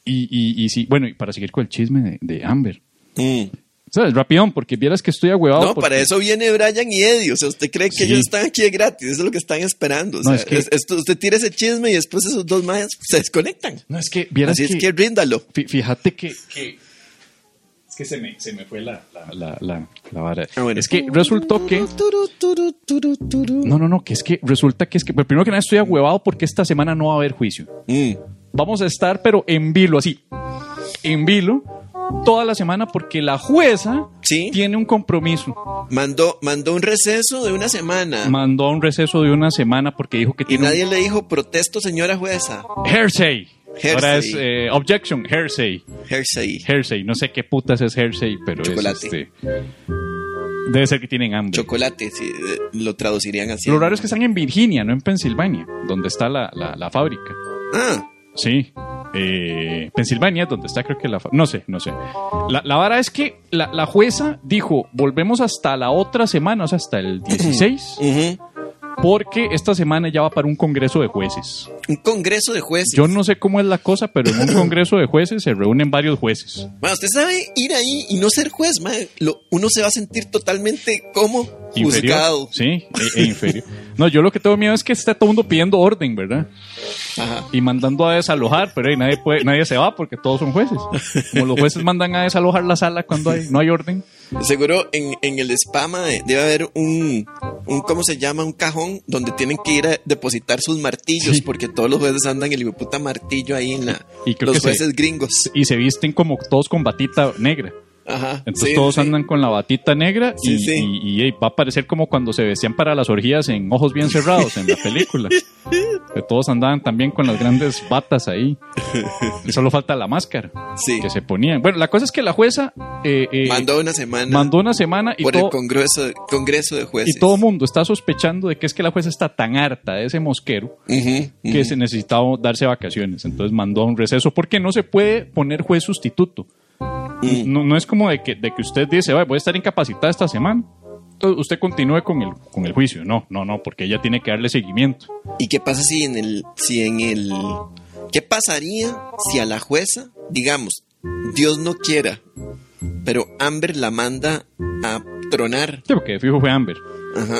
Y sí, bueno, y para seguir con el chisme de Amber. ¿Sabes? Rapidón, porque vieras que estoy ahuevado. No, para eso viene Brian y Eddie. O sea, ¿usted cree que ellos están aquí de gratis? Eso es lo que están esperando. O sea, usted tira ese chisme y después esos dos más se desconectan. No, es que vieras así es que ríndalo. Fíjate que es que se me fue la vara. Bueno. Es que resultó que... No, que es que resulta que primero que nada estoy ahuevado porque esta semana no va a haber juicio. Vamos a estar, pero en vilo, así. En vilo. Toda la semana porque la jueza tiene un compromiso. Mandó un receso de una semana. Mandó un receso de una semana porque dijo que tiene... Y nadie le dijo, protesto, señora jueza. Hearsay. Ahora es objection, hearsay. No sé qué putas es hearsay, pero chocolate. Es debe ser que tienen hambre. Chocolate, sí, lo traducirían así. Lo raro es que están en Virginia, no en Pensilvania, donde está la fábrica. Sí. Pensilvania, donde está creo que no sé. La vara es que la jueza dijo, volvemos hasta la otra semana, o sea, hasta el 16, porque esta semana ya va para un congreso de jueces. ¿Un congreso de jueces? Yo no sé cómo es la cosa, pero en un congreso de jueces se reúnen varios jueces. Bueno, usted sabe ir ahí y no ser juez, uno se va a sentir totalmente como juzgado. Sí, inferior. No, yo lo que tengo miedo es que esté todo el mundo pidiendo orden, ¿verdad? Ajá. Y mandando a desalojar, pero nadie se va porque todos son jueces. Como los jueces mandan a desalojar la sala cuando no hay orden. Seguro en el Spama debe haber un ¿cómo se llama? Un cajón donde tienen que ir a depositar sus martillos, porque todos los jueces andan el hijueputa martillo ahí en los jueces gringos. Y se visten como todos con batita negra. Ajá, entonces todos andan con la batita negra y va a parecer como cuando se vestían para las orgías en Ojos Bien Cerrados en la película, que todos andaban también con las grandes batas ahí y solo falta la máscara que se ponían. Bueno, la cosa es que la jueza mandó una semana y por todo, el congreso de jueces, y todo el mundo está sospechando de que es que la jueza está tan harta de ese mosquero que se necesitaba darse vacaciones, entonces mandó un receso porque no se puede poner juez sustituto. No es como de que usted dice, voy a estar incapacitada esta semana, entonces usted continúe con el juicio. No, porque ella tiene que darle seguimiento. ¿Y qué pasa qué pasaría si a la jueza, digamos, Dios no quiera, pero Amber la manda a tronar? Sí, porque de fijo fue Amber. Ajá.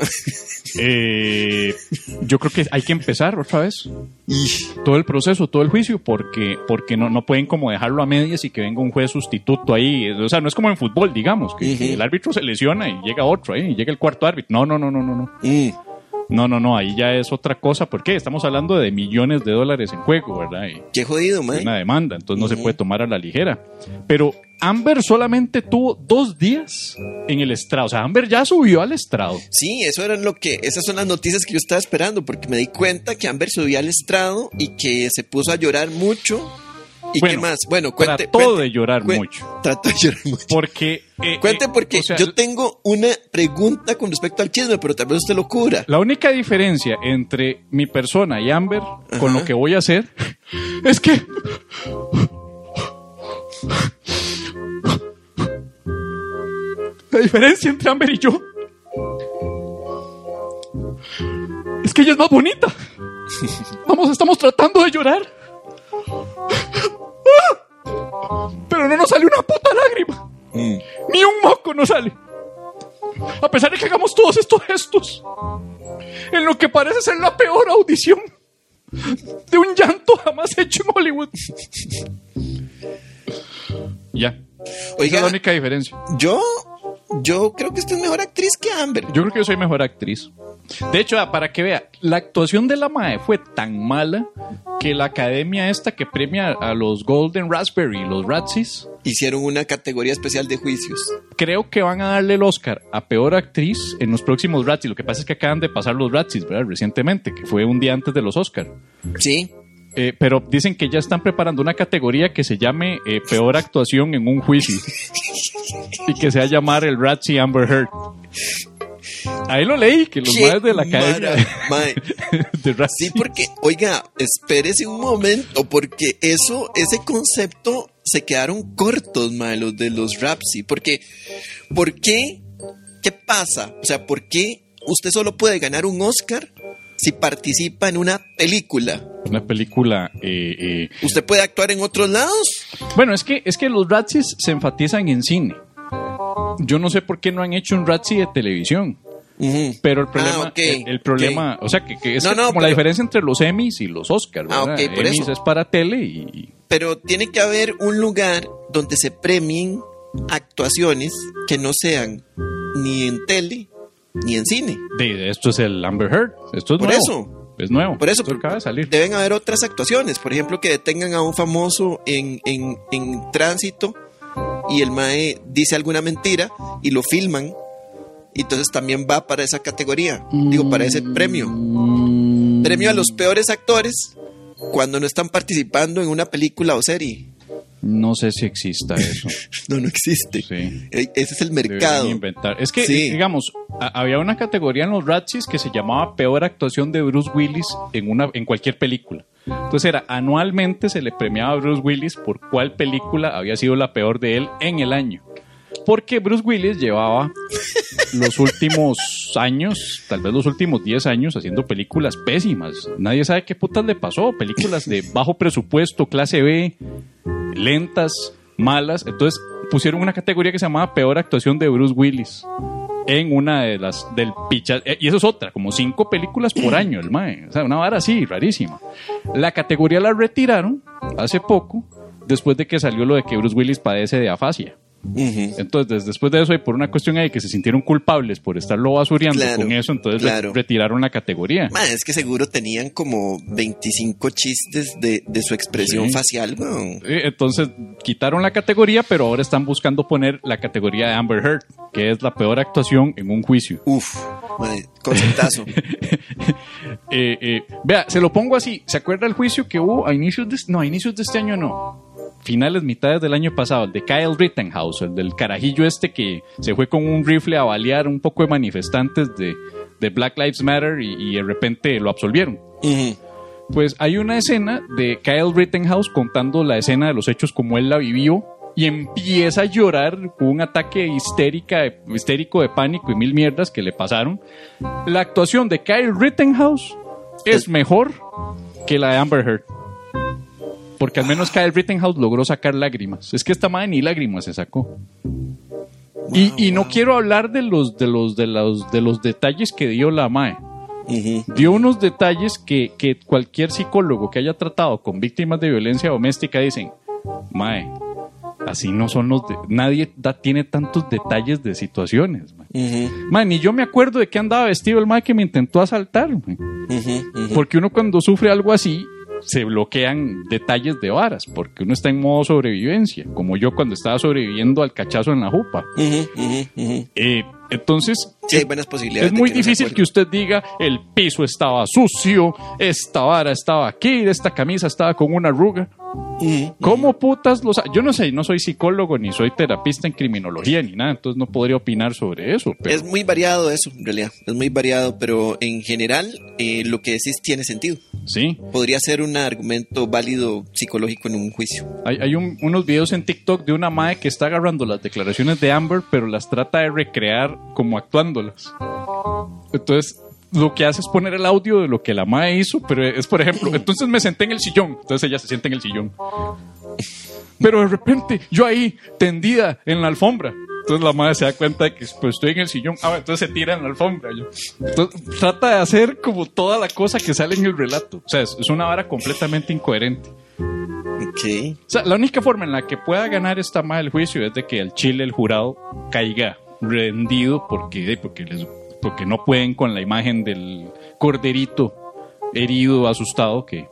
Yo creo que hay que empezar otra vez todo el proceso, todo el juicio, porque no pueden como dejarlo a medias y que venga un juez sustituto ahí. O sea, no es como en fútbol, digamos, que el árbitro se lesiona y llega otro ahí, y llega el cuarto árbitro. No, ahí ya es otra cosa, porque estamos hablando de millones de dólares en juego, ¿verdad? Qué jodido, man. Una demanda, entonces no se puede tomar a la ligera. Pero Amber solamente tuvo 2 días en el estrado, o sea, Amber ya subió al estrado. Sí, esas son las noticias que yo estaba esperando, porque me di cuenta que Amber subió al estrado y que se puso a llorar mucho. ¿Y qué más? Bueno, trató de llorar mucho. Trató de llorar mucho. Porque... porque yo tengo una pregunta con respecto al chisme, pero tal vez usted lo cubra. La única diferencia entre mi persona y Amber, con lo que voy a hacer, es que... La diferencia entre Amber y yo es que ella es más bonita. Estamos tratando de llorar, pero no nos sale una puta lágrima. Ni un moco nos sale. A pesar de que hagamos todos estos gestos, en lo que parece ser la peor audición de un llanto jamás hecho en Hollywood. Ya. Oiga, esa es la única diferencia. Yo creo que usted es mejor actriz que Amber. Yo creo que yo soy mejor actriz. De hecho, para que vea, la actuación de la mae fue tan mala que la academia esta que premia a los Golden Raspberry, los Razzies, hicieron una categoría especial de juicios. Creo que van a darle el Oscar a peor actriz en los próximos Razzies. Lo que pasa es que acaban de pasar los Razzies, ¿verdad? Recientemente, que fue un día antes de los Oscar. Sí. Pero dicen que ya están preparando una categoría que se llame peor actuación en un juicio y que se va a llamar el Razzie Amber Heard. Ahí lo leí, que los madres de la academia de Razzie. Sí, porque, oiga, espérese un momento, porque ese concepto se quedaron cortos, los de los Razzie. Porque, ¿por qué? ¿Qué pasa? O sea, ¿por qué usted solo puede ganar un Oscar si participa en una película? Una película... ¿Usted puede actuar en otros lados? Bueno, es que los Razzies se enfatizan en cine. Yo no sé por qué no han hecho un Razzie de televisión. Pero el problema, el problema, o sea, que es como la diferencia entre los Emmys y los Oscars, ¿verdad? Emmys es para tele y... Pero tiene que haber un lugar donde se premien actuaciones que no sean ni en tele ni en cine. Esto es el Amber Heard, esto es por nuevo. Eso. Es nuevo. Por eso acaba de salir. Deben haber otras actuaciones, por ejemplo, que detengan a un famoso en tránsito y el mae dice alguna mentira y lo filman. Y entonces también va para esa categoría, para ese premio. Premio a los peores actores cuando no están participando en una película o serie. No sé si exista eso. No existe. Sí. Ese es el mercado. Es que, digamos, había una categoría en los Razzies que se llamaba Peor Actuación de Bruce Willis en cualquier película. Entonces anualmente se le premiaba a Bruce Willis por cuál película había sido la peor de él en el año. Porque Bruce Willis llevaba los últimos años, tal vez los últimos 10 años, haciendo películas pésimas. Nadie sabe qué putas le pasó. Películas de bajo presupuesto, clase B, lentas, malas. Entonces pusieron una categoría que se llamaba Peor Actuación de Bruce Willis en una de las del picha. Y eso es otra, como 5 películas por año, el mae. O sea, una vara así, rarísima. La categoría la retiraron hace poco, después de que salió lo de que Bruce Willis padece de afasia. Entonces después de eso y por una cuestión ahí que se sintieron culpables por estarlo basureando con eso, entonces retiraron la categoría. Es que seguro tenían como 25 chistes de su expresión facial, ¿no? Entonces quitaron la categoría, pero ahora están buscando poner la categoría de Amber Heard, que es la peor actuación en un juicio. Conceptazo. Vea, se lo pongo así. ¿Se acuerda el juicio que hubo a inicios de este año? No, finales, mitades del año pasado, el de Kyle Rittenhouse, el del carajillo que se fue con un rifle a balear un poco de manifestantes de Black Lives Matter y de repente lo absolvieron. Pues hay una escena de Kyle Rittenhouse contando la escena de los hechos como él la vivió y empieza a llorar con un ataque histérico de pánico y mil mierdas que le pasaron. La actuación de Kyle Rittenhouse es mejor que la de Amber Heard. Porque al menos Kyle Rittenhouse logró sacar lágrimas. Es que esta madre ni lágrimas se sacó. Y no quiero hablar de los detalles que dio la mae. Dio unos detalles que cualquier psicólogo que haya tratado con víctimas de violencia doméstica dicen, mae, así no son nadie tiene tantos detalles de situaciones. Mae, ni yo me acuerdo de qué andaba vestido el mae que me intentó asaltar. Porque uno cuando sufre algo así se bloquean detalles de varas, porque uno está en modo sobrevivencia, como yo cuando estaba sobreviviendo al cachazo en la jupa. Entonces, sí, hay buenas posibilidades. Es muy difícil que usted diga, el piso estaba sucio, esta vara estaba aquí, esta camisa estaba con una arruga. ¿Cómo putas los...? Yo no sé, no soy psicólogo, ni soy terapista en criminología, ni nada, entonces no podría opinar sobre eso. Pero... Es muy variado eso, en realidad. Es muy variado, pero en general lo que decís tiene sentido. Sí. Podría ser un argumento válido psicológico en un juicio. Hay unos videos en TikTok de una mae que está agarrando las declaraciones de Amber, pero las trata de recrear como actuándolas. Entonces... lo que hace es poner el audio de lo que la mae hizo, pero es, por ejemplo, entonces me senté en el sillón, entonces ella se sienta en el sillón, pero de repente yo ahí tendida en la alfombra, entonces la mae se da cuenta de que pues, estoy en el sillón, entonces se tira en la alfombra. Entonces trata de hacer como toda la cosa que sale en el relato, o sea, es una vara completamente incoherente. Okay. O sea, la única forma en la que pueda ganar esta mae el juicio es de que el Chile, el jurado, caiga rendido porque no pueden con la imagen del corderito herido, asustado que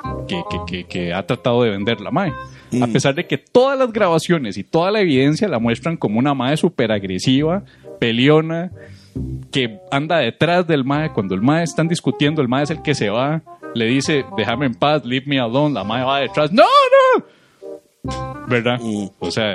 ha tratado de vender la mae. A pesar de que todas las grabaciones y toda la evidencia la muestran como una mae súper agresiva, peleona, que anda detrás del mae. Cuando el mae están discutiendo, el mae es el que se va, le dice, déjame en paz, leave me alone, la mae va detrás, ¡no! ¿Verdad? O sea...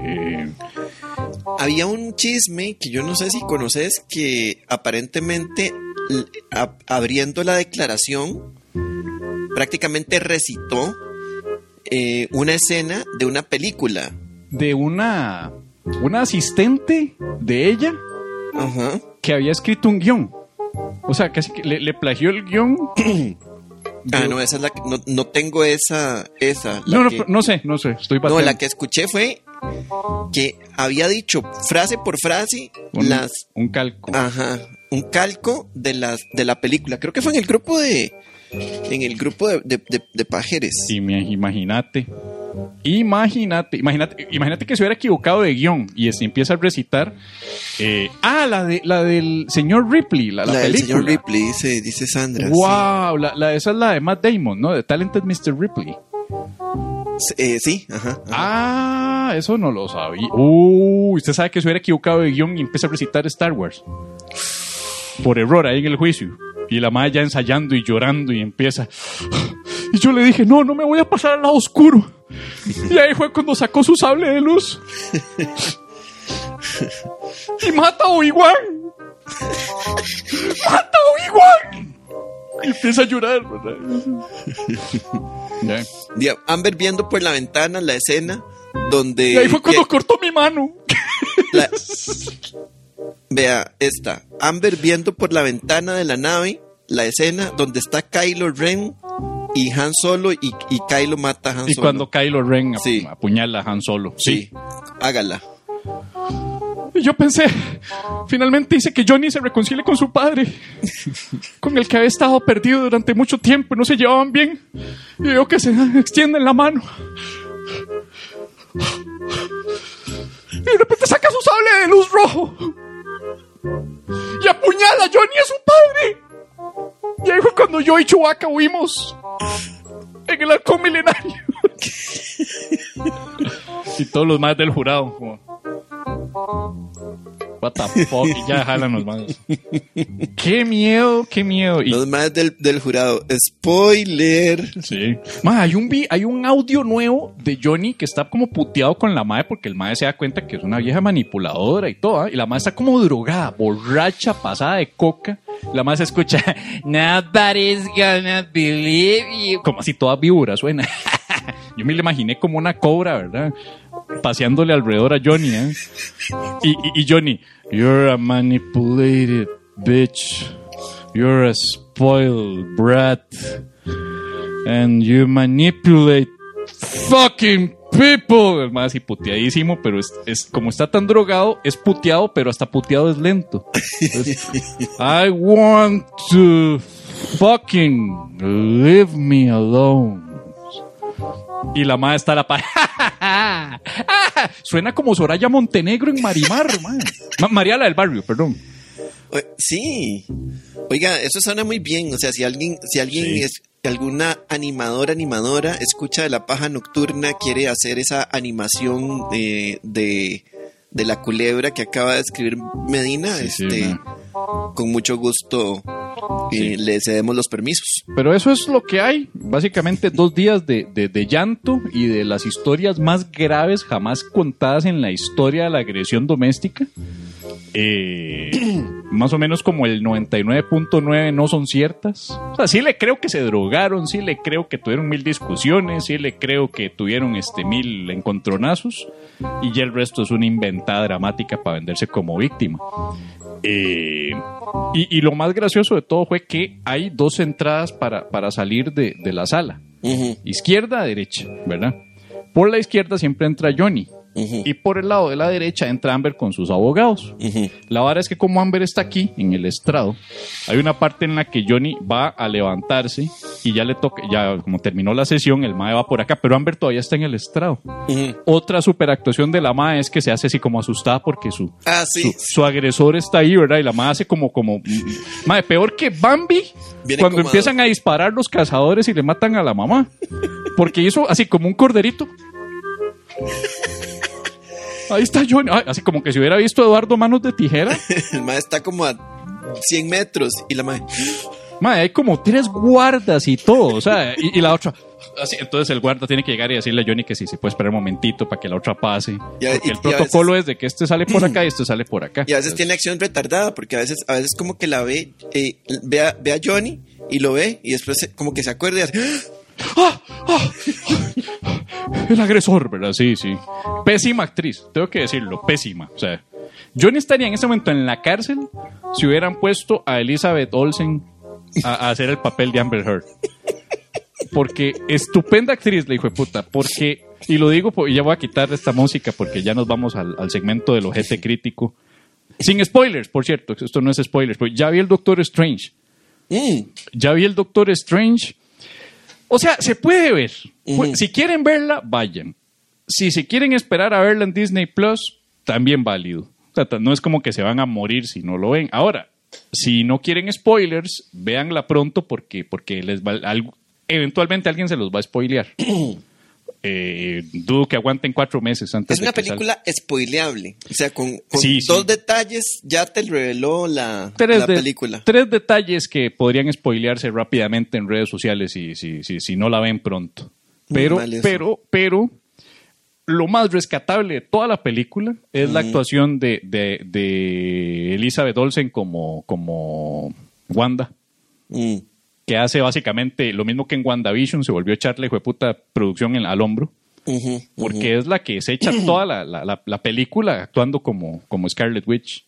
Había un chisme que yo no sé si conoces, que aparentemente abriendo la declaración prácticamente recitó una escena de una película. De una asistente de ella. Ajá. Que había escrito un guión. O sea, casi que le plagió el guión No, esa es la que... No tengo esa. No sé, estoy bateando. No, la que escuché fue que había dicho frase por frase un calco. Ajá, un calco de la película. Creo que fue en el grupo de pajeres. Imagínate que se hubiera equivocado de guión y empieza a recitar la del señor Ripley, la película. Del señor Ripley, dice Sandra. Wow, sí. Esa es la de Matt Damon, ¿no? De Talented Mr. Ripley. Sí, ajá. Eso no lo sabía. Usted sabe que se hubiera equivocado de guión y empieza a recitar Star Wars. Por error ahí en el juicio. Y la madre ya ensayando y llorando y empieza. Y yo le dije, no me voy a pasar al lado oscuro. Y ahí fue cuando sacó su sable de luz. Y mata a Obi-Wan. ¡Mata a Obi-Wan! Y empieza a llorar, ¿verdad? Ya. Amber viendo por la ventana la escena donde... Y ahí fue cuando cortó mi mano. Vea, Amber viendo por la ventana de la nave la escena donde está Kylo Ren y Han Solo y Kylo mata a Han Solo. Y cuando Kylo Ren apuñala a Han Solo. Sí, hágala. Y yo pensé, finalmente hice que Johnny se reconcilie con su padre, con el que había estado perdido durante mucho tiempo y no se llevaban bien. Y veo que se extienden la mano. Y de repente saca su sable de luz rojo y apuñala a Johnny a su padre. Y ahí fue cuando yo y Chewbacca huimos en el halcón milenario. Y todos los más del jurado como, what the fuck, y ya jalan los más. Qué miedo. Y los más del jurado. Spoiler. Sí. Hay un audio nuevo de Johnny que está como puteado con la madre porque el madre se da cuenta que es una vieja manipuladora y todo, ¿eh? Y la madre está como drogada, borracha, pasada de coca. La madre se escucha, nobody's gonna believe you. Como así toda víbora suena. Yo me lo imaginé como una cobra, ¿verdad? Paseándole alrededor a Johnny, ¿eh? Y Johnny, you're a manipulated bitch. You're a spoiled brat. And you manipulate fucking people. Es más, así puteadísimo, pero es como está tan drogado, es puteado, pero hasta puteado es lento. Entonces, I want to fucking leave me alone. Y la madre está a la par. Suena como Soraya Montenegro en Marimar, María la del barrio, perdón. Sí. Oiga, eso suena muy bien. O sea, si alguien sí. Es alguna animadora escucha de La Paja Nocturna, quiere hacer esa animación de la culebra que acaba de escribir Medina, con mucho gusto le cedemos los permisos. Pero eso es lo que hay. Básicamente 2 días de llanto y de las historias más graves jamás contadas en la historia de la agresión doméstica. Más o menos como el 99.9 no son ciertas. O sea, sí le creo que se drogaron, sí le creo que tuvieron 1000 discusiones, sí le creo que tuvieron 1000 encontronazos, y ya el resto es una inventada dramática para venderse como víctima. Y lo más gracioso de todo fue que hay 2 entradas para salir de la sala. Uh-huh. Izquierda, derecha, ¿verdad? Por la izquierda siempre entra Johnny. Uh-huh. Y por el lado de la derecha entra Amber con sus abogados. Uh-huh. La vara es que como Amber está aquí en el estrado, hay una parte en la que Johnny va a levantarse y ya le toca, ya como terminó la sesión, el mae va por acá, pero Amber todavía está en el estrado. Uh-huh. Otra superactuación de la mae es que se hace así como asustada porque su agresor está ahí, ¿verdad? Y la mae hace como mae, peor que Bambi cuando empiezan a disparar los cazadores y le matan a la mamá, porque hizo así como un corderito. Ahí está Johnny, así como que si hubiera visto a Eduardo Manos de Tijera. El mae está como a 100 metros y la mae hay como 3 guardas y todo, o sea, y la otra así, entonces el guarda tiene que llegar y decirle a Johnny que sí se puede esperar un momentito para que la otra pase, porque el protocolo es de que este sale por acá y este sale por acá. Y a veces tiene acción retardada, porque a veces como que la ve a Johnny y lo ve y después como que se acuerda y hace el agresor, ¿verdad? Sí. Pésima actriz, tengo que decirlo, pésima. O sea, Johnny estaría en ese momento en la cárcel si hubieran puesto a Elizabeth Olsen a hacer el papel de Amber Heard. porque estupenda actriz, la hijo de puta, porque, y lo digo, y ya voy a quitar esta música porque ya nos vamos al segmento del ojete crítico. Sin spoilers, por cierto, esto no es spoilers, pero ya vi el Doctor Strange. Ya vi el Doctor Strange. O sea, se puede ver. Si quieren verla, vayan. Si se quieren esperar a verla en Disney Plus, también válido. O sea, no es como que se van a morir si no lo ven. Ahora, si no quieren spoilers, véanla pronto porque les va, eventualmente alguien se los va a spoilear. Dudo que aguanten 4 meses antes de que salga. Es una película spoileable. O sea, con dos detalles ya te reveló la película. 3 detalles que podrían spoilearse rápidamente en redes sociales si no la ven pronto. Pero lo más rescatable de toda la película es la actuación de Elizabeth Olsen como Wanda. Que hace básicamente lo mismo que en WandaVision, se volvió a echarle hijo de puta producción al hombro, porque es la que se echa toda la película actuando como Scarlet Witch.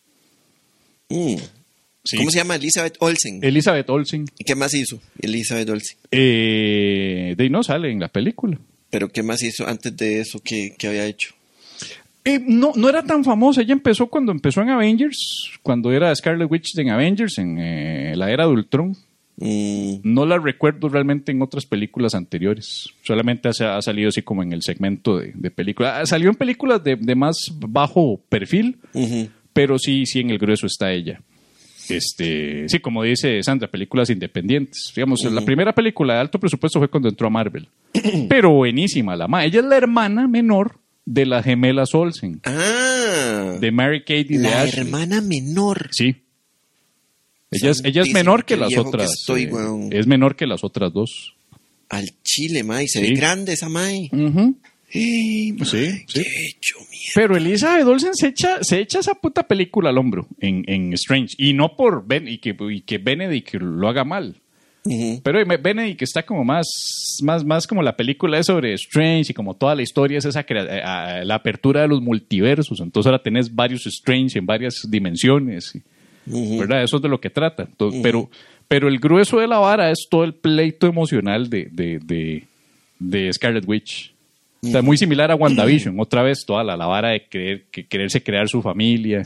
Sí. ¿Cómo se llama? Elizabeth Olsen. Elizabeth Olsen. ¿Y qué más hizo Elizabeth Olsen? De no sale en la película. ¿Pero qué más hizo antes de eso? ¿Qué había hecho? No era tan famosa. Ella empezó cuando empezó en Avengers, cuando era Scarlet Witch en Avengers, en la era de Ultron. No la recuerdo realmente en otras películas anteriores. Solamente ha salido así como en el segmento de películas. Salió en películas de más bajo perfil, pero sí en el grueso está ella. Sí, como dice Sandra, películas independientes. Digamos, la primera película de alto presupuesto fue cuando entró a Marvel. Pero buenísima ella es la hermana menor de las gemelas Olsen. De Mary Kate y de Ashley. La hermana menor. Sí. Ella es menor que las otras. Es menor que las otras 2. Al chile, mae. Se ve grande esa mae. Sí. Pero Elizabeth Olsen se echa esa puta película al hombro en Strange. Y no por que Benedict lo haga mal. Pero Benedict está como más como la película es sobre Strange y como toda la historia es la apertura de los multiversos. Entonces ahora tenés varios Strange en varias dimensiones. ¿Verdad? Eso es de lo que trata. Entonces, pero el grueso de la vara es todo el pleito emocional de Scarlet Witch. O sea, muy similar a WandaVision. Otra vez toda la vara de quererse crear su familia,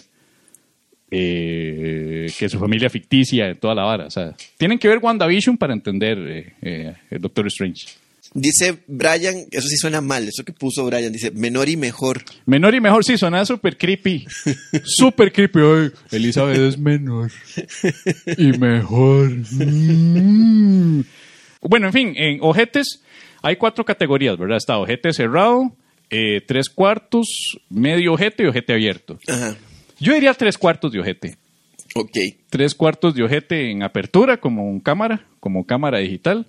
que su familia ficticia, toda la vara. O sea, tienen que ver WandaVision para entender el Doctor Strange. Dice Brian, eso sí suena mal, eso que puso Brian, dice menor y mejor. Menor y mejor, sí, suena súper creepy. Súper creepy. Ay, Elizabeth es menor y mejor. Bueno, en fin, en ojetes hay 4 categorías, ¿verdad? Está ojete cerrado, 3/4, medio ojete y ojete abierto. Ajá. Yo diría 3/4 de ojete. Ok. 3/4 de ojete en apertura, como cámara digital.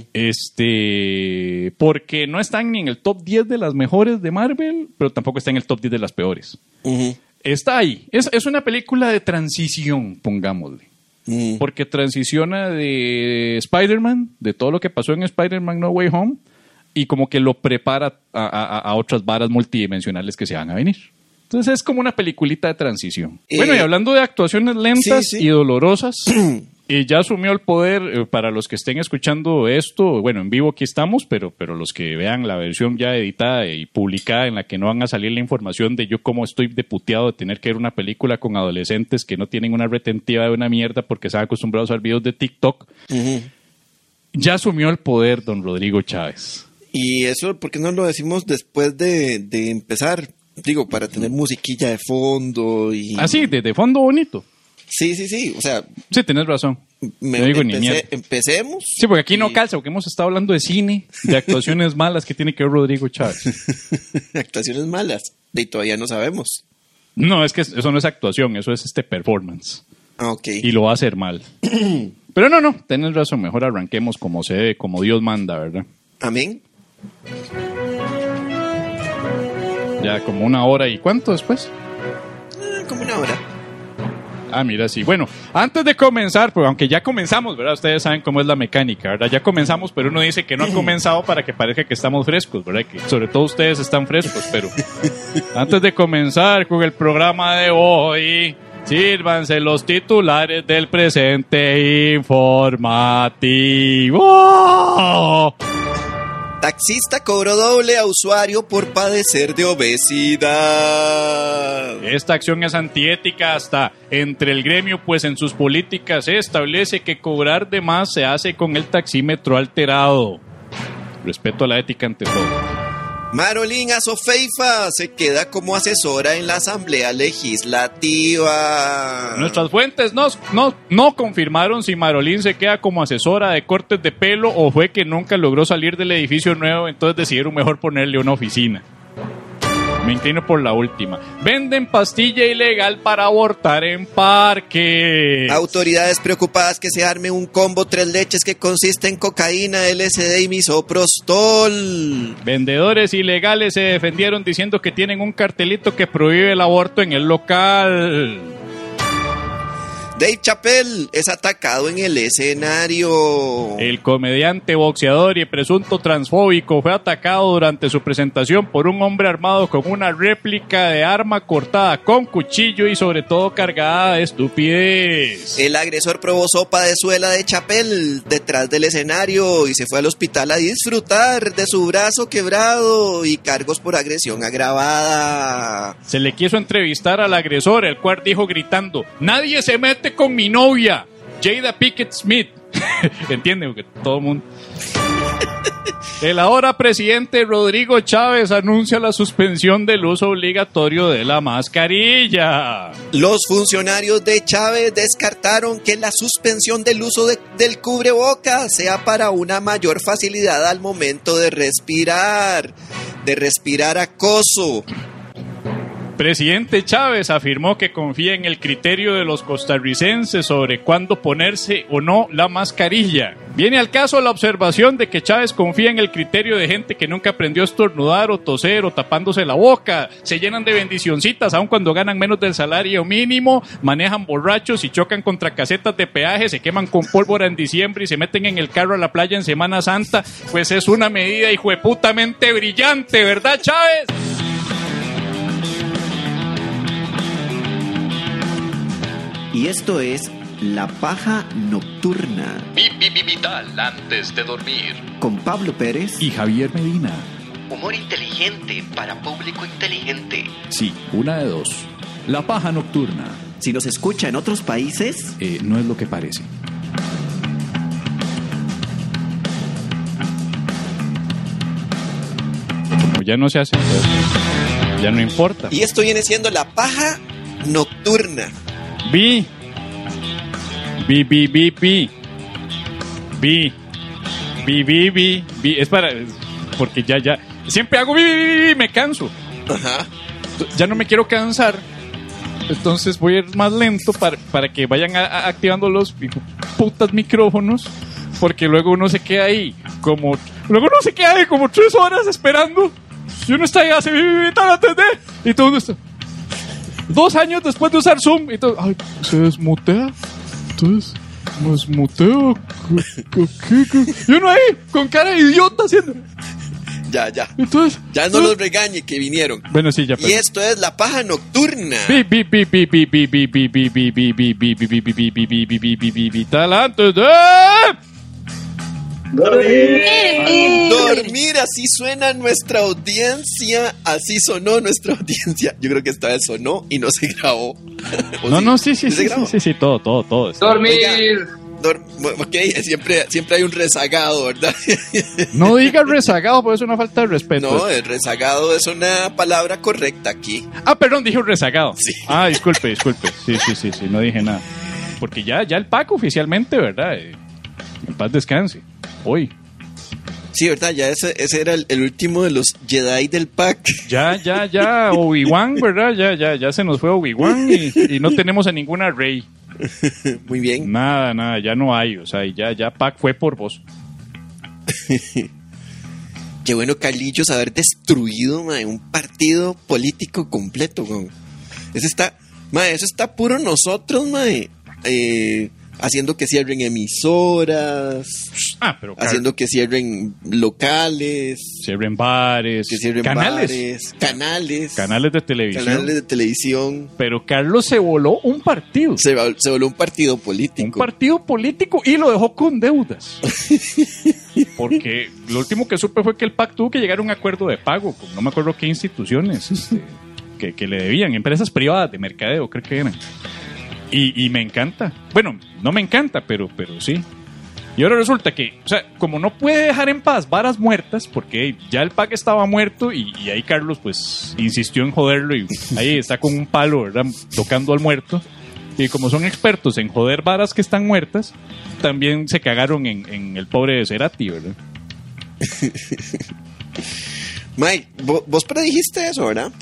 Porque no están ni en el top 10 de las mejores de Marvel, pero tampoco está en el top 10 de las peores. Está ahí. Es una película de transición, pongámosle. Porque transiciona de Spider-Man, de todo lo que pasó en Spider-Man No Way Home, y como que lo prepara a otras varas multidimensionales que se van a venir. Entonces es como una peliculita de transición. Bueno, y hablando de actuaciones lentas y dolorosas, ya asumió el poder, para los que estén escuchando esto, bueno, en vivo aquí estamos, pero los que vean la versión ya editada y publicada en la que no van a salir la información de yo cómo estoy deputeado de tener que ver una película con adolescentes que no tienen una retentiva de una mierda porque están acostumbrados a ver videos de TikTok, ya asumió el poder don Rodrigo Chávez. Y eso, ¿por qué no lo decimos después de empezar? Digo, para tener musiquilla de fondo y... Ah, sí, de fondo bonito. Sí, o sea... Sí, tenés razón. No digo ni mierda. Empecemos. Sí, porque aquí no calza, porque hemos estado hablando de cine, de actuaciones malas que tiene que ver Rodrigo Chávez. Actuaciones malas, y todavía no sabemos. No, es que eso no es actuación, eso es performance. Ah, ok. Y lo va a hacer mal. Pero no, tenés razón, mejor arranquemos como se debe, como Dios manda, ¿verdad? Amén. Ya como 1 hora, ¿y cuánto después? Como 1 hora. Ah, mira, sí. Bueno, antes de comenzar, pues aunque ya comenzamos, ¿verdad? Ustedes saben cómo es la mecánica, ¿verdad? Ya comenzamos, pero uno dice que no ha comenzado para que parezca que estamos frescos, ¿verdad? Que sobre todo ustedes están frescos, pero antes de comenzar con el programa de hoy, sírvanse los titulares del presente informativo. Taxista cobró doble a usuario por padecer de obesidad. Esta acción es antiética hasta entre el gremio, pues en sus políticas se establece que cobrar de más se hace con el taxímetro alterado. Respeto a la ética ante todo. Marolín Azofeifa se queda como asesora en la Asamblea Legislativa. Nuestras fuentes no confirmaron si Marolín se queda como asesora de cortes de pelo o fue que nunca logró salir del edificio nuevo, entonces decidieron mejor ponerle una oficina. Me inclino por la última. Venden pastilla ilegal para abortar en parques. Autoridades preocupadas que se arme un combo 3 leches que consiste en cocaína, LSD y misoprostol. Vendedores ilegales se defendieron diciendo que tienen un cartelito que prohíbe el aborto en el local. Dave Chappelle es atacado en el escenario. El comediante, boxeador y presunto transfóbico fue atacado durante su presentación por un hombre armado con una réplica de arma cortada con cuchillo y sobre todo cargada de estupidez. El agresor probó sopa de suela de Chappelle detrás del escenario y se fue al hospital a disfrutar de su brazo quebrado y cargos por agresión agravada. Se le quiso entrevistar al agresor, el cual dijo gritando: "Nadie se mete con mi novia, Jada Pinkett Smith". ¿Entienden? Porque todo el mundo. El ahora presidente Rodrigo Chávez anuncia la suspensión del uso obligatorio de la mascarilla. Los funcionarios de Chávez descartaron que la suspensión del uso del cubrebocas sea para una mayor facilidad al momento de respirar acoso. Presidente Chávez afirmó que confía en el criterio de los costarricenses sobre cuándo ponerse o no la mascarilla. Viene al caso la observación de que Chávez confía en el criterio de gente que nunca aprendió a estornudar o toser o tapándose la boca. Se llenan de bendicioncitas aun cuando ganan menos del salario mínimo, manejan borrachos y chocan contra casetas de peaje, se queman con pólvora en diciembre y se meten en el carro a la playa en Semana Santa. Pues es una medida hijueputamente brillante, ¿verdad, Chávez? Y esto es La Paja Nocturna. Vital antes de dormir. Con Pablo Pérez y Javier Medina. Humor inteligente para público inteligente. Sí, una de dos. La Paja Nocturna. Si nos escucha en otros países, no es lo que parece. Como ya no se hace, pues, ya no importa. Y esto viene siendo La Paja Nocturna. Vi. Es para... Porque ya... Siempre hago vi, me canso. Ajá. Ya no me quiero cansar. Entonces voy a ir más lento para que vayan activando los putas micrófonos. Porque luego uno se queda ahí como... 3 horas esperando. Y uno está ahí, hace tal, y todo esto. 2 años después de usar Zoom y todo, ay, se desmutea. Entonces, ¿me desmuteo? ¿Qué? Y uno ahí, con cara de idiota haciendo. Ya. Entonces, ya no los regañe que vinieron. Bueno, sí, ya. Y esto es La Paja Nocturna. Vital antes de... Dormir, así suena nuestra audiencia. Así sonó nuestra audiencia. Yo creo que esta vez sonó y no se grabó. Sí, todo. Dormir. Ok, siempre hay un rezagado, ¿verdad? No diga rezagado, porque es una falta de respeto. No, el rezagado es una palabra correcta aquí. Ah, perdón, dije un rezagado. Sí. Ah, disculpe. Sí, no dije nada. Porque ya el Paco oficialmente, ¿verdad? En paz descanse. Hoy. Sí, ¿verdad? Ya ese era el último de los Jedi del pack. Ya. Obi-Wan, ¿verdad? Ya se nos fue Obi-Wan y no tenemos a ninguna Rey. Muy bien. Nada, ya no hay. O sea, ya Pac fue por vos. Qué bueno, Carlillos, haber destruido, mae, un partido político completo, güey. Eso está puro nosotros, mae. Haciendo que cierren emisoras, haciendo que cierren locales, cierren bares, que cierren canales de televisión. Pero Carlos se voló un partido. Se voló un partido político. Un partido político y lo dejó con deudas. porque lo último que supe fue que el PAC tuvo que llegar a un acuerdo de pago con no me acuerdo qué instituciones que le debían, empresas privadas de mercadeo, creo que eran. Y me encanta. Bueno, no me encanta, pero sí. Y ahora resulta que, o sea, como no puede dejar en paz varas muertas, porque ya el PAC estaba muerto y ahí Carlos pues insistió en joderlo y ahí está con un palo, ¿verdad? Tocando al muerto. Y como son expertos en joder varas que están muertas, también se cagaron en el pobre Cerati, ¿verdad? Mike, vos predijiste eso, ¿verdad?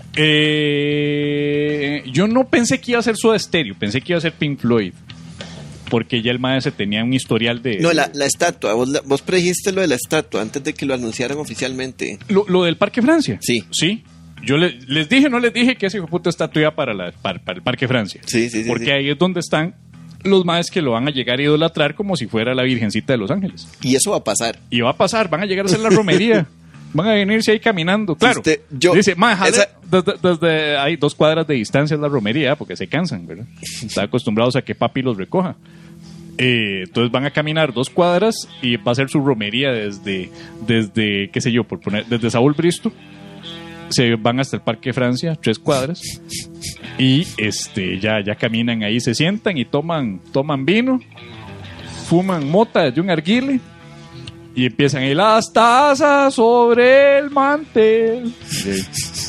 Yo no pensé que iba a ser Soda Stereo, pensé que iba a ser Pink Floyd. Porque ya el maestro tenía un historial de... No, la estatua. Vos predijiste lo de la estatua antes de que lo anunciaran oficialmente. ¿Lo del Parque Francia? Sí. Sí. Yo les dije, no les dije que ese hijo de puta estatua iba para el Parque Francia. Sí. Porque ahí es donde están los maestros que lo van a llegar a idolatrar como si fuera la Virgencita de Los Ángeles. Y eso va a pasar. Y va a pasar, van a llegar a hacer la romería. Van a venirse ahí caminando. Claro. Dice, desde hay 2 cuadras de distancia es la romería, porque se cansan, ¿verdad? Están acostumbrados a que papi los recoja. Entonces van a caminar 2 cuadras y va a ser su romería desde qué sé yo, por poner, desde Saúl Bristo. Se van hasta el Parque Francia, 3 cuadras. Y ya caminan ahí, se sientan y toman vino, fuman mota desde un arguile. Y empiezan ahí las tazas sobre el mantel. Sí.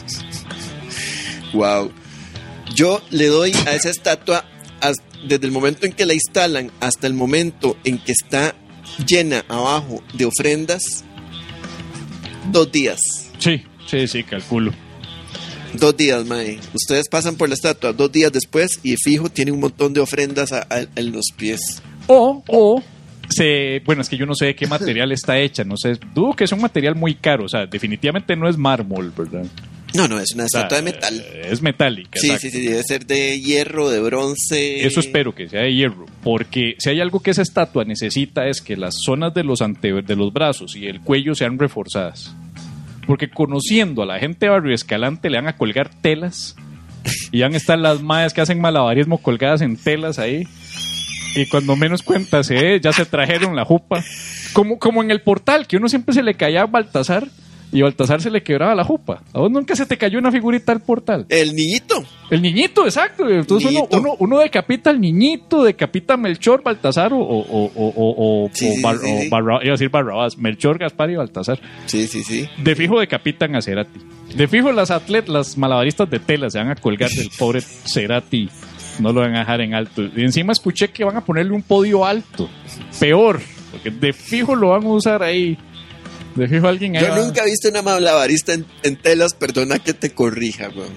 Wow. Yo le doy a esa estatua desde el momento en que la instalan hasta el momento en que está llena abajo de ofrendas, 2 días. Sí, calculo. 2 días, mae. Ustedes pasan por la estatua 2 días después y fijo tiene un montón de ofrendas en los pies. Bueno, es que yo no sé de qué material está hecha, no sé, dudo que es un material muy caro, o sea, definitivamente no es mármol, ¿verdad? No, es una estatua de metal. Es metálica. Sí, debe ser de hierro, de bronce. Eso espero que sea de hierro, porque si hay algo que esa estatua necesita es que las zonas de los brazos y el cuello sean reforzadas. Porque conociendo a la gente de Barrio Escalante le van a colgar telas y van a estar las maes que hacen malabarismo colgadas en telas ahí. Y cuando menos cuenta ya se trajeron la jupa. Como en el portal, que uno siempre se le caía a Baltasar y a Baltasar se le quebraba la jupa. ¿A vos nunca se te cayó una figurita del portal? El niñito. El niñito, exacto. Entonces uno decapita al niñito, decapita a Melchor, Baltasar iba a decir Barrabás, Melchor, Gaspar y Baltasar. Sí. De fijo decapitan a Cerati. De fijo las malabaristas de tela se van a colgar del pobre Cerati. No lo van a dejar en alto. Y encima escuché que van a ponerle un podio alto. Peor, porque de fijo lo van a usar ahí. De fijo alguien ahí. Yo nunca he visto una malabarista en telas, perdona que te corrija, weón.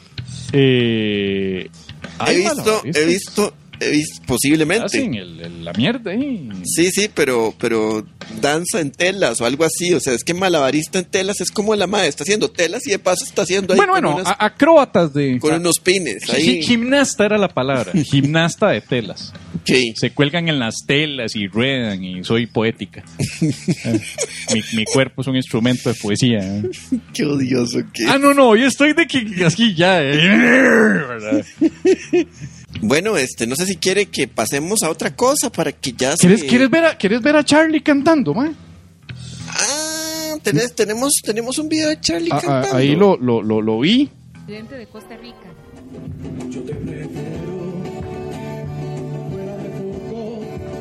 He visto posiblemente. Hacen la mierda ahí. Sí, pero danza en telas o algo así. O sea, es que malabarista en telas es como la madre está haciendo telas y de paso está haciendo ahí acróbatas con unos pines ahí. Gimnasta era la palabra. Gimnasta de telas. Sí. Se cuelgan en las telas y ruedan y soy poética. Mi cuerpo es un instrumento de poesía. Qué odioso que. No, yo estoy de que así ya. Bueno, no sé si quiere que pasemos a otra cosa para que ya ¿Quieres ver a Charlie cantando, man? Tenemos un video de Charlie cantando. Ahí lo vi. Presidente de Costa Rica. Yo te prefiero fuera de foco,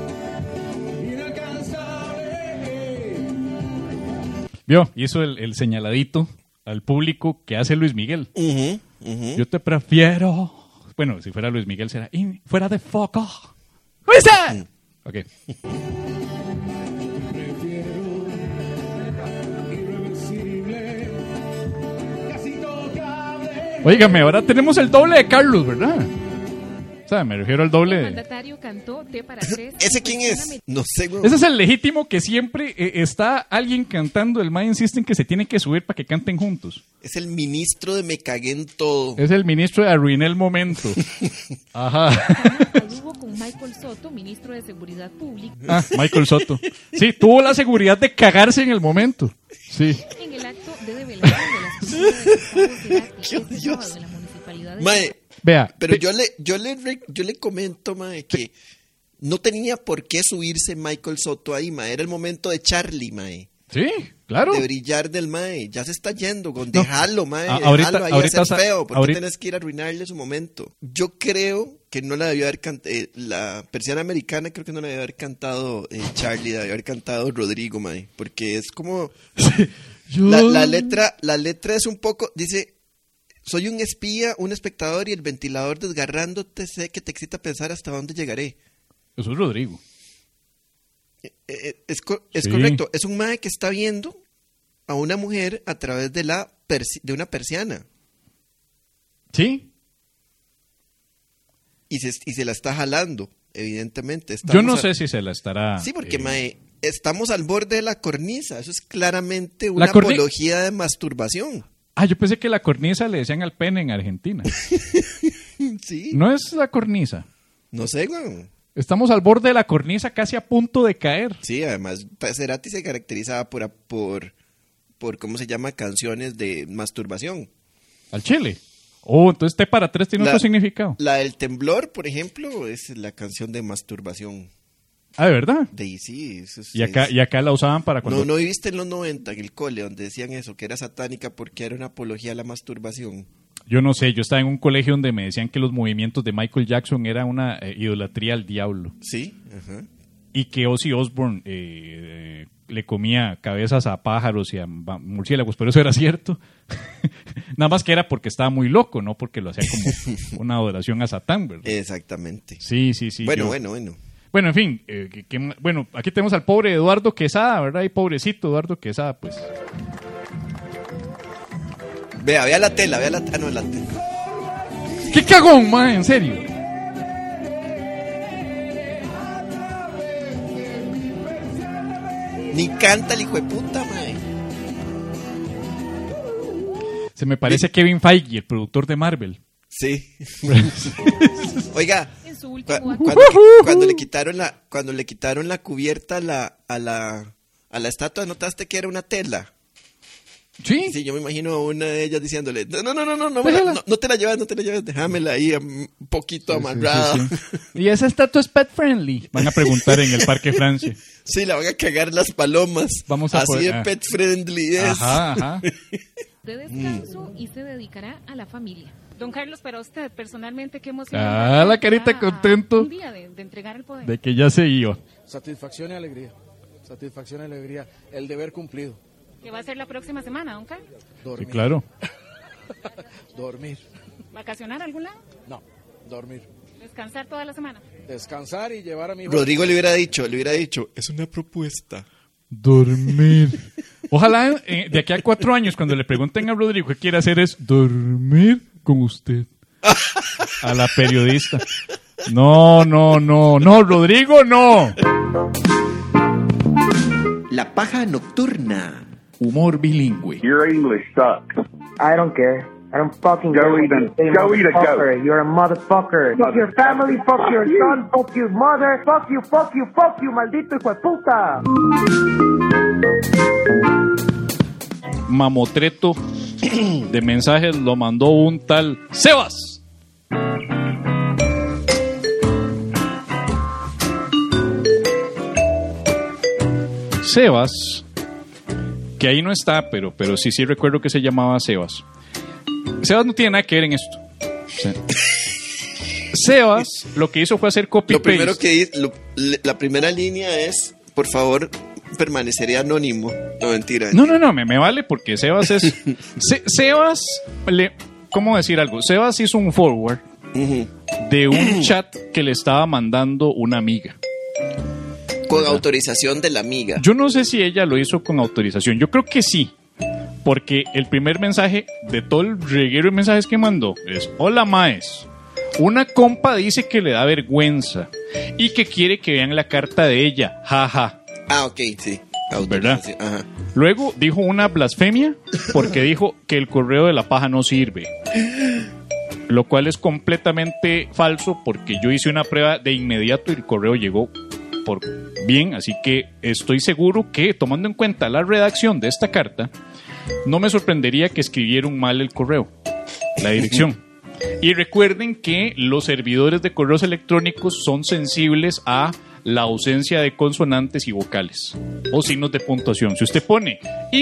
inalcanzable. Vio, hizo el señaladito al público que hace Luis Miguel. Yo te prefiero. Bueno, si fuera Luis Miguel será fuera de foco. ¡Luisa! Ok. Óigame, ahora tenemos el doble de Carlos, ¿verdad? O sea, me refiero al doble. El mandatario cantó Té para tres. ¿Ese quién es? No sé, güey. Ese es el legítimo que siempre está alguien cantando. El MAE insiste en que se tiene que subir para que canten juntos. Es el ministro de Me Cagué en Todo. Es el ministro de Arruiné el Momento. Ajá. Hubo con Michael Soto, ministro de Seguridad Pública. Michael Soto. Sí, tuvo la seguridad de cagarse en el momento. Sí. En el acto de develación de las pinturas de Gustavo Cerati este sábado en la municipalidad de Mae, vea, pero yo le comento, mae, que no tenía por qué subirse Michael Soto ahí, mae. Era el momento de Charlie, mae. Sí, claro. De brillar del mae. Ya se está yendo, dejalo, mae. Ahorita, Dejalo ahí ahorita a ser feo. ¿Por qué ahorita tenés que ir a arruinarle su momento? Yo creo que no la debió haber cantado. La persiana americana creo que no la debió haber cantado Charlie, la debió haber cantado Rodrigo, mae. Porque es como... La letra es un poco... Dice... Soy un espía, un espectador y el ventilador desgarrándote, sé que te excita pensar hasta dónde llegaré. Eso es Rodrigo. Es Sí. correcto. Es un mae que está viendo a una mujer a través de una persiana. Sí. Y se la está jalando, evidentemente. Yo no sé si se la estará... Sí, porque mae, estamos al borde de la cornisa. Eso es claramente una apología de masturbación. Yo pensé que la cornisa le decían al pene en Argentina. Sí. No es la cornisa. No sé, güey. Estamos al borde de la cornisa, casi a punto de caer. Sí, además, Cerati se caracterizaba por ¿cómo se llama? Canciones de masturbación. Al chile. Entonces T para 3 tiene otro significado. La del temblor, por ejemplo, es la canción de masturbación. ¿De verdad? Sí, eso es, Y acá la usaban para cuando... No viviste en los 90 en el cole donde decían eso, que era satánica porque era una apología a la masturbación. Yo no sé, yo estaba en un colegio donde me decían que los movimientos de Michael Jackson era una idolatría al diablo. Sí, ajá. Y que Ozzy Osbourne le comía cabezas a pájaros y a murciélagos, pero eso era cierto. Nada más que era porque estaba muy loco, no porque lo hacía como una adoración a Satán, ¿verdad? Exactamente. Sí. Bueno. Bueno, en fin, bueno, aquí tenemos al pobre Eduardo Quesada, ¿verdad? Y pobrecito Eduardo Quesada, pues. Vea la tela. No, la tela. ¡Qué cagón, man! En serio. Ni canta el hijo de puta, mae. Se me parece Kevin Feige, el productor de Marvel. Sí. Oiga, En su último cuando le quitaron la cubierta a la estatua, ¿notaste que era una tela? Sí. Sí, yo me imagino a una de ellas diciéndole, no te la lleves, déjamela ahí un poquito amarrada. Sí. Y esa estatua es pet friendly. Van a preguntar en el Parque Francia. Sí, la van a cagar las palomas. Así de pet friendly es. Ajá. de descanso y se dedicará a la familia. Don Carlos, para usted personalmente, ¿qué emoción? La carita contento. Un día de entregar el poder. De que ya se iba. Satisfacción y alegría. El deber cumplido. ¿Qué va a ser la próxima semana, don Carlos? Dormir. Sí, claro. Dormir. ¿Vacacionar a algún lado? No, dormir. ¿Descansar toda la semana? Descansar y llevar a mi hijo. Rodrigo le hubiera dicho, es una propuesta. Dormir. Ojalá de aquí a 4 años, cuando le pregunten a Rodrigo qué quiere hacer, es dormir con usted. A la periodista. No, Rodrigo, no. La paja nocturna. Humor bilingüe. Your English sucks. I don't care. I don't fucking Go care. eat a Motherfucker. goat. You're a motherfucker. Fuck your family, fuck your son, fuck your mother, fuck you, maldito hijo de puta. Mamotreto de mensajes lo mandó un tal Sebas. Sebas, que ahí no está, pero sí recuerdo que se llamaba Sebas. Sebas no tiene nada que ver en esto. Sebas lo que hizo fue hacer copy-paste. Lo primero que dice, la primera línea es, por favor, permaneceré anónimo. No, mentira. No, me vale porque Sebas es... Sebas, ¿cómo decir algo? Sebas hizo un forward de un chat que le estaba mandando una amiga. Con autorización de la amiga. Yo no sé si ella lo hizo con autorización. Yo creo que sí. Porque el primer mensaje de todo el reguero de mensajes que mandó es: hola maes, una compa dice que le da vergüenza y que quiere que vean la carta de ella. Jaja. Ok, sí. ¿Verdad? Ajá. Luego dijo una blasfemia porque dijo que el correo de la paja no sirve. Lo cual es completamente falso porque yo hice una prueba de inmediato y el correo llegó por bien, así que estoy seguro que, tomando en cuenta la redacción de esta carta, no me sorprendería que escribieron mal el correo, la dirección. Y recuerden que los servidores de correos electrónicos son sensibles a la ausencia de consonantes y vocales o signos de puntuación. Si usted pone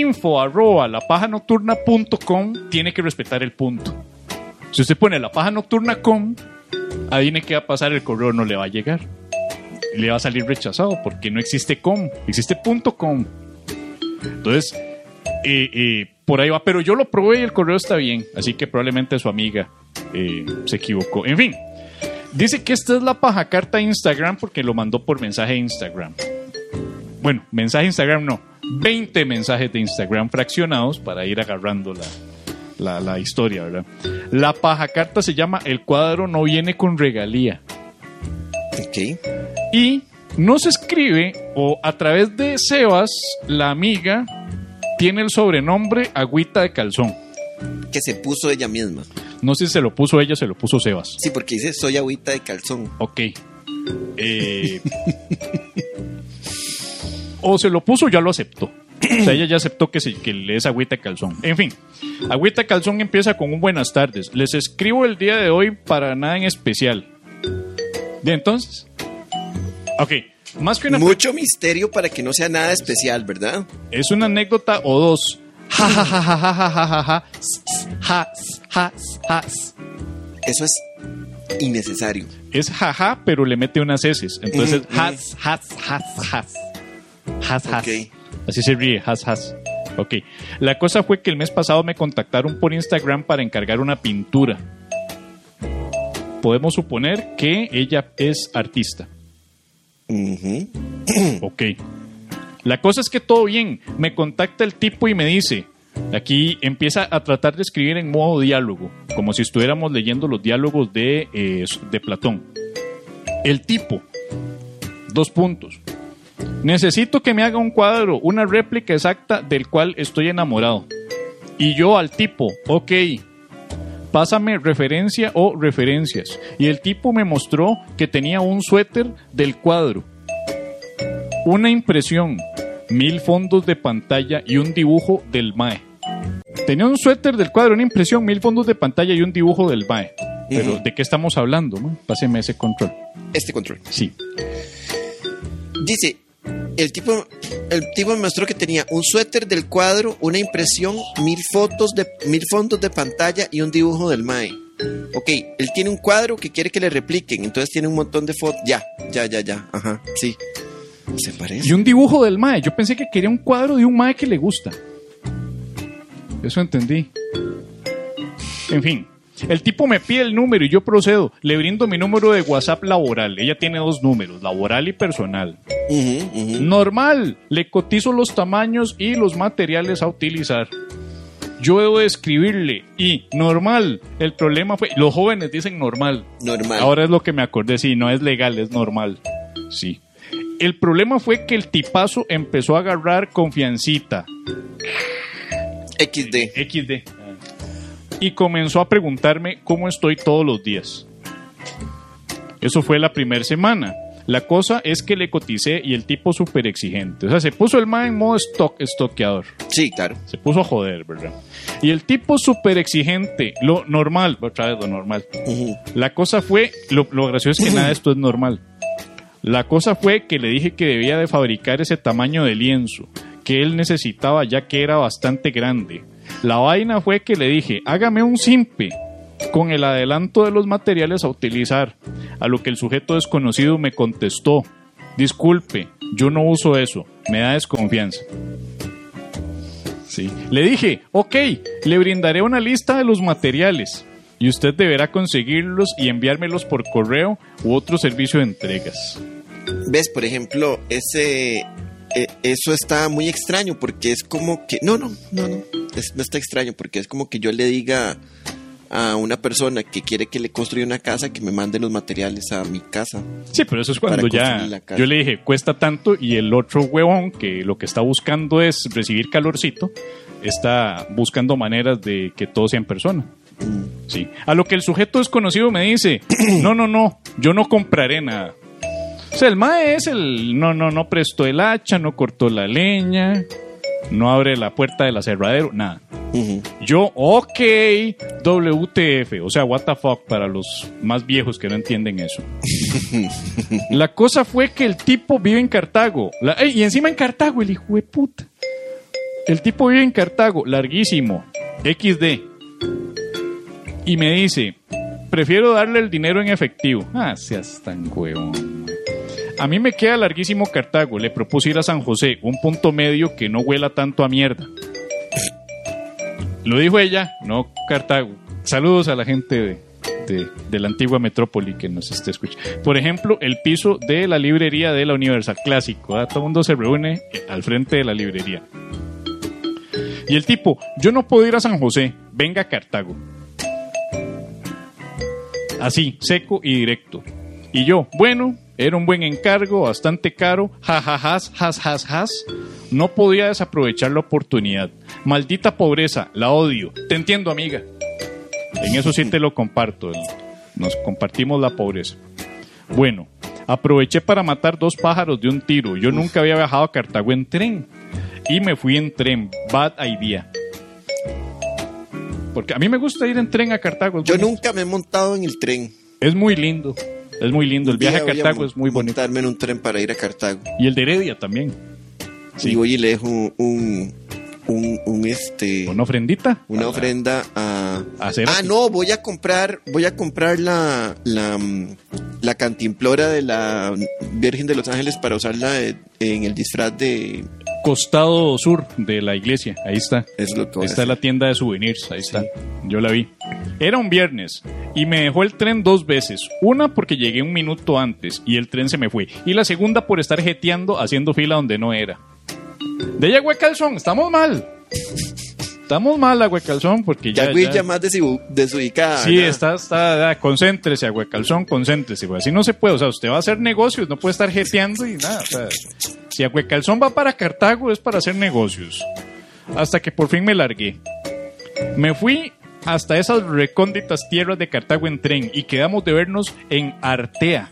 info@lapajanocturna.com, tiene que respetar el punto. Si usted pone lapajanocturna.com, adivine qué va a pasar, el correo no le va a llegar. Le va a salir rechazado porque no existe com, existe .com. Entonces, por ahí va. Pero yo lo probé y el correo está bien, así que probablemente su amiga se equivocó. En fin, dice que esta es la pajacarta de Instagram porque lo mandó por mensaje de Instagram. Bueno, mensaje de Instagram no, 20 mensajes de Instagram fraccionados para ir agarrando la historia, ¿verdad? La pajacarta se llama El cuadro no viene con regalía. Ok. Y nos escribe, o a través de Sebas, la amiga tiene el sobrenombre Agüita de Calzón. Que se puso ella misma. No sé si se lo puso ella o se lo puso Sebas. Sí, porque dice soy agüita de calzón. Ok. O se lo puso o ya lo aceptó. O sea, ella ya aceptó que le es agüita de calzón. En fin, agüita de calzón empieza con un buenas tardes. Les escribo el día de hoy para nada en especial. ¿De entonces? Ok. Más que mucho misterio para que no sea nada especial, ¿verdad? Es una anécdota o dos. Ja, ja, ja, ja, ja, ja, ja, ja, ja. Eso es innecesario. Es jaja, pero le mete unas heces. Entonces, has. Okay. Así se ríe, has. Ok. La cosa fue que el mes pasado me contactaron por Instagram para encargar una pintura. Podemos suponer que ella es artista. Ok. La cosa es que todo bien. Me contacta el tipo y me dice, aquí empieza a tratar de escribir en modo diálogo, como si estuviéramos leyendo los diálogos de Platón. El tipo, 2 puntos. Necesito que me haga un cuadro, una réplica exacta del cual estoy enamorado. Y yo al tipo, ok, pásame referencia o referencias. Y el tipo me mostró que tenía un suéter del cuadro, una impresión, 1000 fondos de pantalla y un dibujo del mae. Tenía un suéter del cuadro, una impresión, 1000 fondos de pantalla y un dibujo del mae. Pero ¿de qué estamos hablando, man? Páseme ese control. Este control. Sí. Dice, el tipo me mostró que tenía un suéter del cuadro, una impresión, 1000 fondos de pantalla y un dibujo del mae. Ok, él tiene un cuadro que quiere que le repliquen, entonces tiene un montón de fotos. Ya. Ajá, sí. Se parece. Y un dibujo del mae. Yo pensé que quería un cuadro de un mae que le gusta. Eso entendí. En fin, el tipo me pide el número y yo procedo. Le brindo mi número de WhatsApp laboral. Ella tiene 2 números, laboral y personal. Normal. Le cotizo los tamaños y los materiales a utilizar. Yo debo de escribirle y normal. El problema fue, los jóvenes dicen normal. Ahora es lo que me acordé. Sí, no es legal, es normal. Sí. El problema fue que el tipazo empezó a agarrar confiancita. XD. Y comenzó a preguntarme cómo estoy todos los días. Eso fue la primera semana. La cosa es que le coticé y el tipo súper exigente. O sea, se puso el mae en modo estoqueador. Sí, claro. Se puso a joder, ¿verdad? Y el tipo súper exigente, lo normal, otra vez lo normal. La cosa fue, lo gracioso es que nada de esto es normal. La cosa fue que le dije que debía de fabricar ese tamaño de lienzo que él necesitaba ya que era bastante grande. La vaina fue que le dije, hágame un simpe con el adelanto de los materiales a utilizar. A lo que el sujeto desconocido me contestó, disculpe, yo no uso eso, me da desconfianza. Sí. Le dije, ok, le brindaré una lista de los materiales y usted deberá conseguirlos y enviármelos por correo u otro servicio de entregas. ¿Ves? Por ejemplo, eso está muy extraño porque es como que... No está extraño porque es como que yo le diga a una persona que quiere que le construya una casa que me mande los materiales a mi casa. Sí, pero eso es cuando ya yo le dije cuesta tanto y el otro huevón que lo que está buscando es recibir calorcito, está buscando maneras de que todo sea en persona. Sí. A lo que el sujeto desconocido me dice, no, yo no compraré nada. O sea, el mae es no prestó el hacha, no cortó la leña, no abre la puerta del aserradero, nada. Yo, ok, WTF, o sea, what the fuck para los más viejos que no entienden eso. La cosa fue que el tipo vive en Cartago, y encima en Cartago, el hijo de puta. El tipo vive en Cartago, larguísimo, XD. Y me dice, prefiero darle el dinero en efectivo. Ah, seas tan huevón. A mí me queda larguísimo Cartago, le propuse ir a San José, un punto medio que no huela tanto a mierda. Lo dijo ella, no Cartago. Saludos a la gente de la antigua metrópoli que nos esté escuchando. Por ejemplo, el piso de la librería de la Universal, clásico. Todo el mundo se reúne al frente de la librería. Y el tipo, yo no puedo ir a San José, venga a Cartago. Así, seco y directo. Y yo, bueno, era un buen encargo, bastante caro, jajajas, has. No podía desaprovechar la oportunidad. Maldita pobreza, la odio. Te entiendo, amiga. En eso sí te lo comparto. Nos compartimos la pobreza. Bueno, aproveché para matar 2 pájaros de un tiro. Yo nunca había viajado a Cartago en tren. Y me fui en tren. Bad idea. Porque a mí me gusta ir en tren a Cartago. Yo nunca me he montado en el tren. Es muy lindo. Es muy lindo. El viaje a Cartago es muy bonito. Montarme en un tren para ir a Cartago. Y el de Heredia también. Sí. Y voy y le dejo una ofrendita. Una ofrenda a no, voy a comprar la cantimplora de la Virgen de los Ángeles para usarla en el disfraz de costado sur de la iglesia. Ahí está. Es lo que ahí está la tienda de souvenirs. Ahí está. Yo la vi. Era un viernes y me dejó el tren 2 veces. Una porque llegué 1 minuto antes y el tren se me fue. Y la segunda por estar jeteando haciendo fila donde no era. De ella, Huecalzón, estamos mal. Estamos mal, Huecalzón, porque ya más desubicada. Sí, ¿no? está, concéntrese, Huecalzón, concéntrese. Pues así no se puede, o sea, usted va a hacer negocios, no puede estar jeteando y nada. O sea, si Huecalzón va para Cartago es para hacer negocios. Hasta que por fin me largué. Me fui hasta esas recónditas tierras de Cartago en tren y quedamos de vernos en Artea.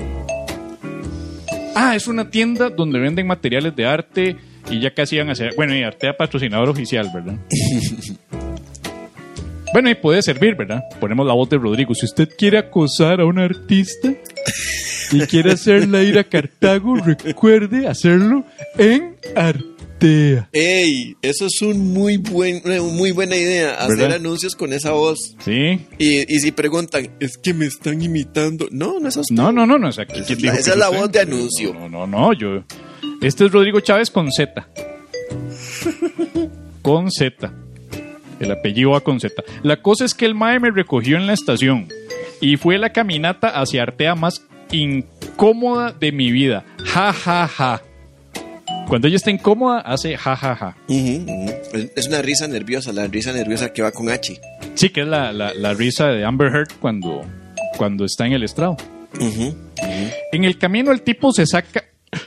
Es una tienda donde venden materiales de arte y ya casi iban a ser... Bueno, y Artea patrocinador oficial, ¿verdad? Bueno, y puede servir, ¿verdad? Ponemos la voz de Rodrigo. Si usted quiere acosar a un artista y quiere hacerla ir a Cartago, recuerde hacerlo en Artea. ¡Ey! Eso es muy buena idea. Hacer ¿verdad? Anuncios con esa voz. Sí. Y si preguntan, es que me están imitando. No es usted. No. O sea, esa es la voz de anuncio. No. Este es Rodrigo Chávez con Z. Con Z. El apellido va con Z. La cosa es que el mae me recogió en la estación y fue la caminata hacia Artea más incómoda de mi vida. Ja. Cuando ella está incómoda, hace ja. Es una risa nerviosa, la risa nerviosa que va con H. Sí, que es la risa de Amber Heard cuando está en el estrado. En el camino el tipo se saca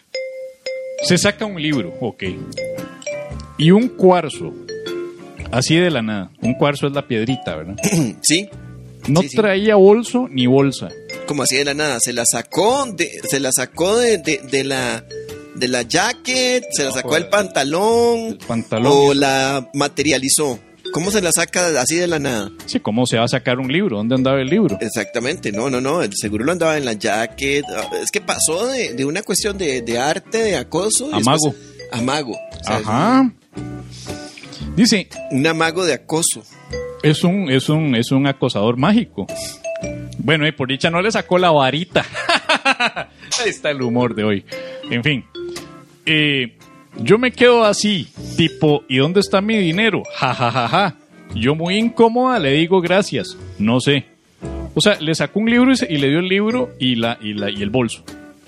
un libro, ok, y un cuarzo, así de la nada. Un cuarzo es la piedrita, ¿verdad? Sí. No traía bolso ni bolsa. Como así de la nada, se la sacó de la jacket, se la sacó del pantalón, o la materializó. ¿Cómo se la saca así de la nada? Sí, ¿cómo se va a sacar un libro? ¿Dónde andaba el libro? Exactamente, no, el seguro lo andaba en la jacket. Es que pasó de una cuestión de arte, de acoso. Amago. Amago. Ajá. Dice... Un amago de acoso. Es un acosador mágico. Bueno, y por dicha no le sacó la varita. Ahí está el humor de hoy. En fin. Yo me quedo así, tipo, ¿y dónde está mi dinero? Ja. Yo muy incómoda le digo gracias. No sé. O sea, le sacó un libro y le dio el libro y el bolso.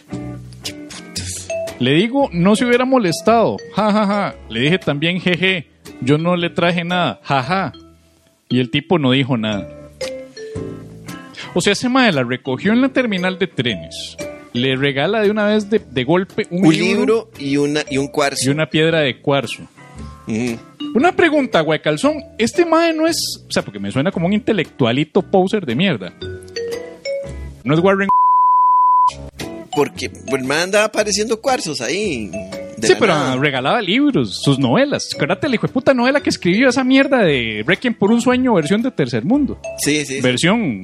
Le digo, no se hubiera molestado. Ja. Le dije también, jeje. Yo no le traje nada. Ja. Y el tipo no dijo nada. O sea, ese mae la recogió en la terminal de trenes. Le regala de una vez de golpe un libro y un cuarzo. Y una piedra de cuarzo. Una pregunta, Huecalzón. Este mae no es... O sea, porque me suena como un intelectualito poser de mierda. No es Warren... Porque el mae andaba apareciendo cuarzos ahí. Sí, pero regalaba libros, sus novelas. Acuérdate la hijo de puta novela que escribió esa mierda de Requiem por un sueño, versión de Tercer Mundo. Sí, sí. Versión,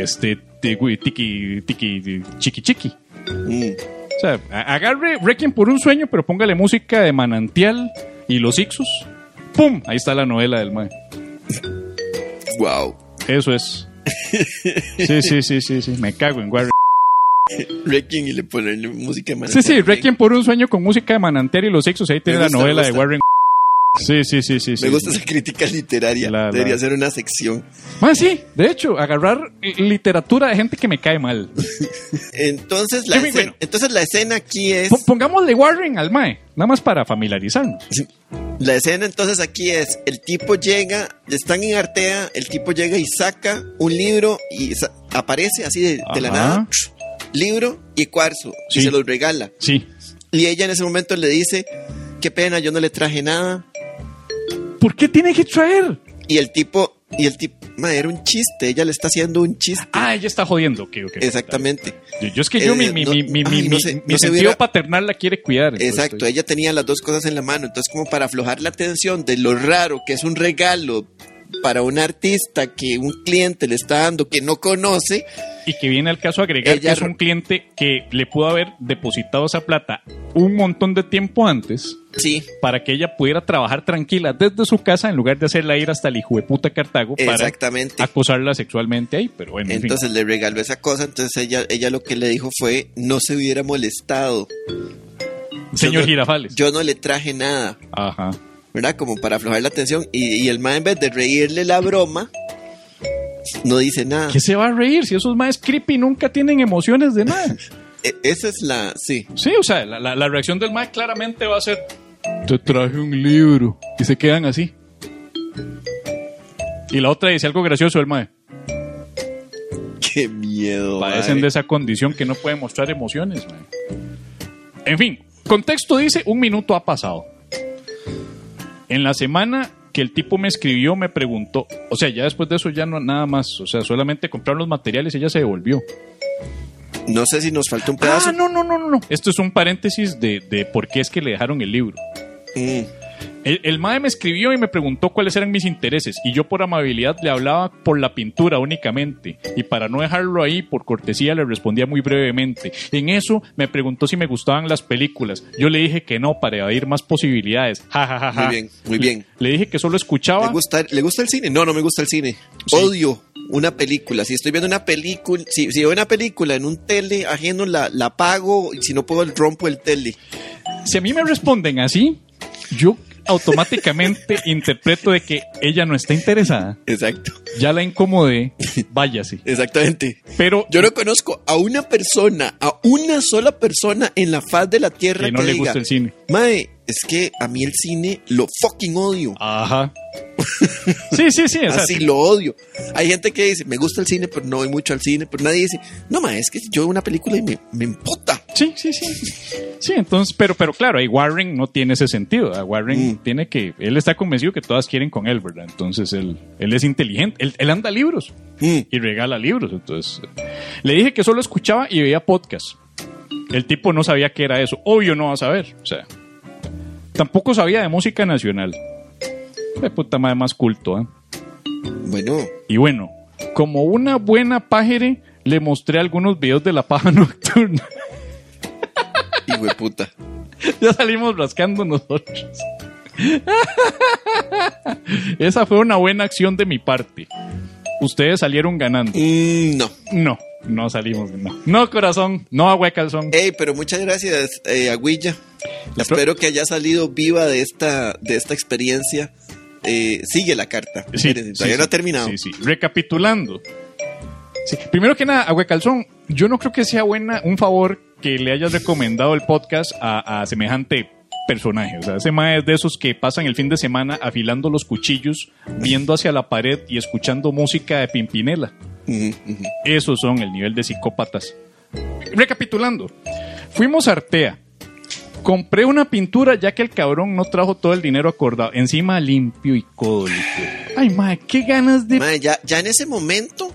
chiqui chiqui. O sea, agarre Requiem por un sueño, pero póngale música de Manantial y Los Ixos. ¡Pum! Ahí está la novela del mae. Wow. Eso es. Sí. Me cago en Warren. Requiem y le ponen música de Manantial. Sí, Requiem por un sueño con música de Manantial y Los Ixos. Ahí tiene la novela de Warren. Sí. Me gusta esa crítica literaria. Debería ser una sección. Sí, de hecho, agarrar literatura de gente que me cae mal. Entonces la escena aquí es... Pongámosle Warren al mae, nada más para familiarizarnos. La escena entonces aquí es, el tipo llega, están en Artea, el tipo llega y saca un libro y aparece así de la nada, libro y cuarzo, y se los regala. Sí. Y ella en ese momento le dice, qué pena, yo no le traje nada. ¿Por qué tiene que traer? Y el tipo, era un chiste, ella le está haciendo un chiste. Ella está jodiendo, okay. Exactamente. Yo es que mi sentido paternal la quiere cuidar. Exacto, ella tenía las dos cosas en la mano, entonces como para aflojar la tensión de lo raro que es un regalo para un artista que un cliente le está dando que no conoce. Y que viene al caso agregar que es un cliente que le pudo haber depositado esa plata un montón de tiempo antes. Sí. Para que ella pudiera trabajar tranquila desde su casa en lugar de hacerla ir hasta el hijo de puta Cartago para acosarla sexualmente ahí. Pero bueno, entonces le regaló esa cosa, entonces ella lo que le dijo fue, no se hubiera molestado. Señor Girafales. Yo no le traje nada. Ajá. ¿Verdad? Como para aflojar la tensión. Y el mae, en vez de reírle la broma, no dice nada. ¿Qué se va a reír? Si esos maes creepy nunca tienen emociones de nada. Esa es la... Sí. Sí, o sea, la reacción del mae claramente va a ser, te traje un libro. Y se quedan así. Y la otra dice algo gracioso el mae. Qué miedo. Padecen de esa condición que no pueden mostrar emociones, mae. En fin, contexto dice, 1 minuto ha pasado. En la semana que el tipo me escribió, me preguntó, o sea, ya después de eso ya no nada más, o sea, solamente compraron los materiales y ella se devolvió. No sé si nos falta un pedazo. No. Esto es un paréntesis de por qué es que le dejaron el libro. El mae me escribió y me preguntó cuáles eran mis intereses y yo por amabilidad le hablaba por la pintura únicamente y para no dejarlo ahí por cortesía le respondía muy brevemente. En eso me preguntó si me gustaban las películas. Yo le dije que no para evadir más posibilidades. Muy bien. Le dije que solo escuchaba. ¿Le gusta el cine? No me gusta el cine. Sí. Odio una película. Si estoy viendo una película, si veo una película en un tele ajeno la apago y si no puedo rompo el tele. Si a mí me responden así, yo automáticamente interpreto de que ella no está interesada. Exacto. Ya la incomodé, váyase. Exactamente. Pero yo no conozco a una sola persona en la faz de la tierra que no le gusta el cine. Mae, es que a mí el cine lo fucking odio. Ajá. Sí. Así lo odio. Hay gente que dice, me gusta el cine, pero no voy mucho al cine. Pero nadie dice, no, ma, es que yo veo una película y me emputa. Sí. Sí, entonces, pero claro, ahí Warren no tiene ese sentido. Warren tiene que, él está convencido que todas quieren con él, ¿verdad? Entonces él es inteligente. Él anda libros y regala libros. Entonces le dije que solo escuchaba y veía podcast. El tipo no sabía qué era eso. Obvio no va a saber. O sea, tampoco sabía de música nacional. De puta madre más culto, ¿eh? Bueno. Y bueno, como una buena pájare, le mostré algunos videos de la paja nocturna. Hijo de puta. Ya salimos rascando nosotros. Esa fue una buena acción de mi parte. Ustedes salieron ganando. No salimos. No, corazón. No, agua de calzón. Pero muchas gracias, Agüilla. Espero que haya salido viva de esta experiencia. Sigue la carta. Todavía no ha terminado. Sí. Recapitulando. Sí. Primero que nada, agua de calzón, yo no creo que sea un favor que le hayas recomendado el podcast a semejante personaje. O sea, ese mae es de esos que pasan el fin de semana afilando los cuchillos, viendo hacia la pared y escuchando música de Pimpinela. Esos son el nivel de psicópatas. Recapitulando, fuimos a Artea. Compré una pintura ya que el cabrón no trajo todo el dinero acordado. Encima limpio y codo limpio. Ay, mae, qué ganas de... Mae, ya en ese momento,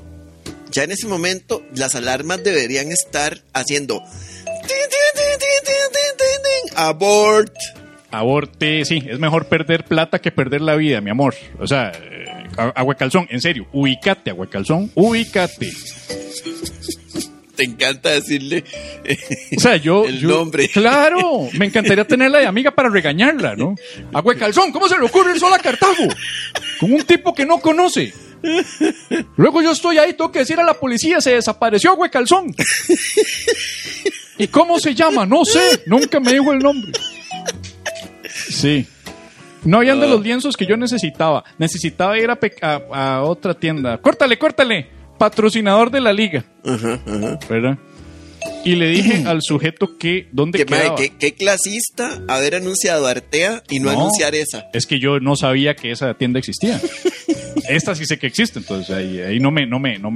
las alarmas deberían estar haciendo... Aborte, sí, es mejor perder plata que perder la vida, mi amor. O sea, Agua de Calzón, en serio, ubícate, Agua de Calzón, ubícate. Te encanta decirle o sea, yo nombre. Claro, me encantaría tenerla de amiga para regañarla, ¿no? Agua de Calzón, ¿cómo se le ocurre ir sola a Cartago? Con un tipo que no conoce. Luego yo estoy ahí, tengo que decir a la policía, se desapareció Agua de Calzón. ¿Y cómo se llama? No sé, nunca me dijo el nombre. Sí. No habían de los lienzos que yo necesitaba. Necesitaba ir a otra tienda. Córtale. Patrocinador de la liga. ¿Verdad? Y le dije al sujeto que dónde quedaba. ¿Qué clasista haber anunciado Artea y no anunciar esa? Es que yo no sabía que esa tienda existía. Esta sí sé que existe, entonces ahí no me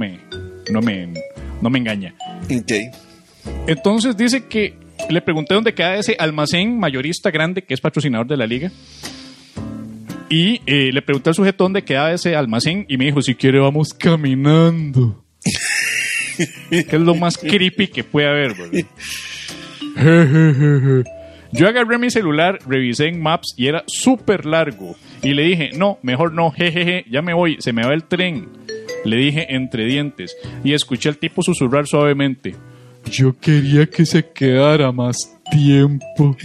engaña. Okay. Entonces dice que le pregunté dónde queda ese almacén mayorista grande que es patrocinador de la liga. Y le pregunté al sujeto dónde quedaba ese almacén y me dijo, si quiere vamos caminando. Que es lo más creepy que puede haber, ¿verdad? Yo agarré mi celular, revisé en Maps y era súper largo. Y le dije, no, mejor no, jejeje, ya me voy, se me va el tren. Le dije entre dientes y escuché al tipo susurrar suavemente. Yo quería que se quedara más tiempo.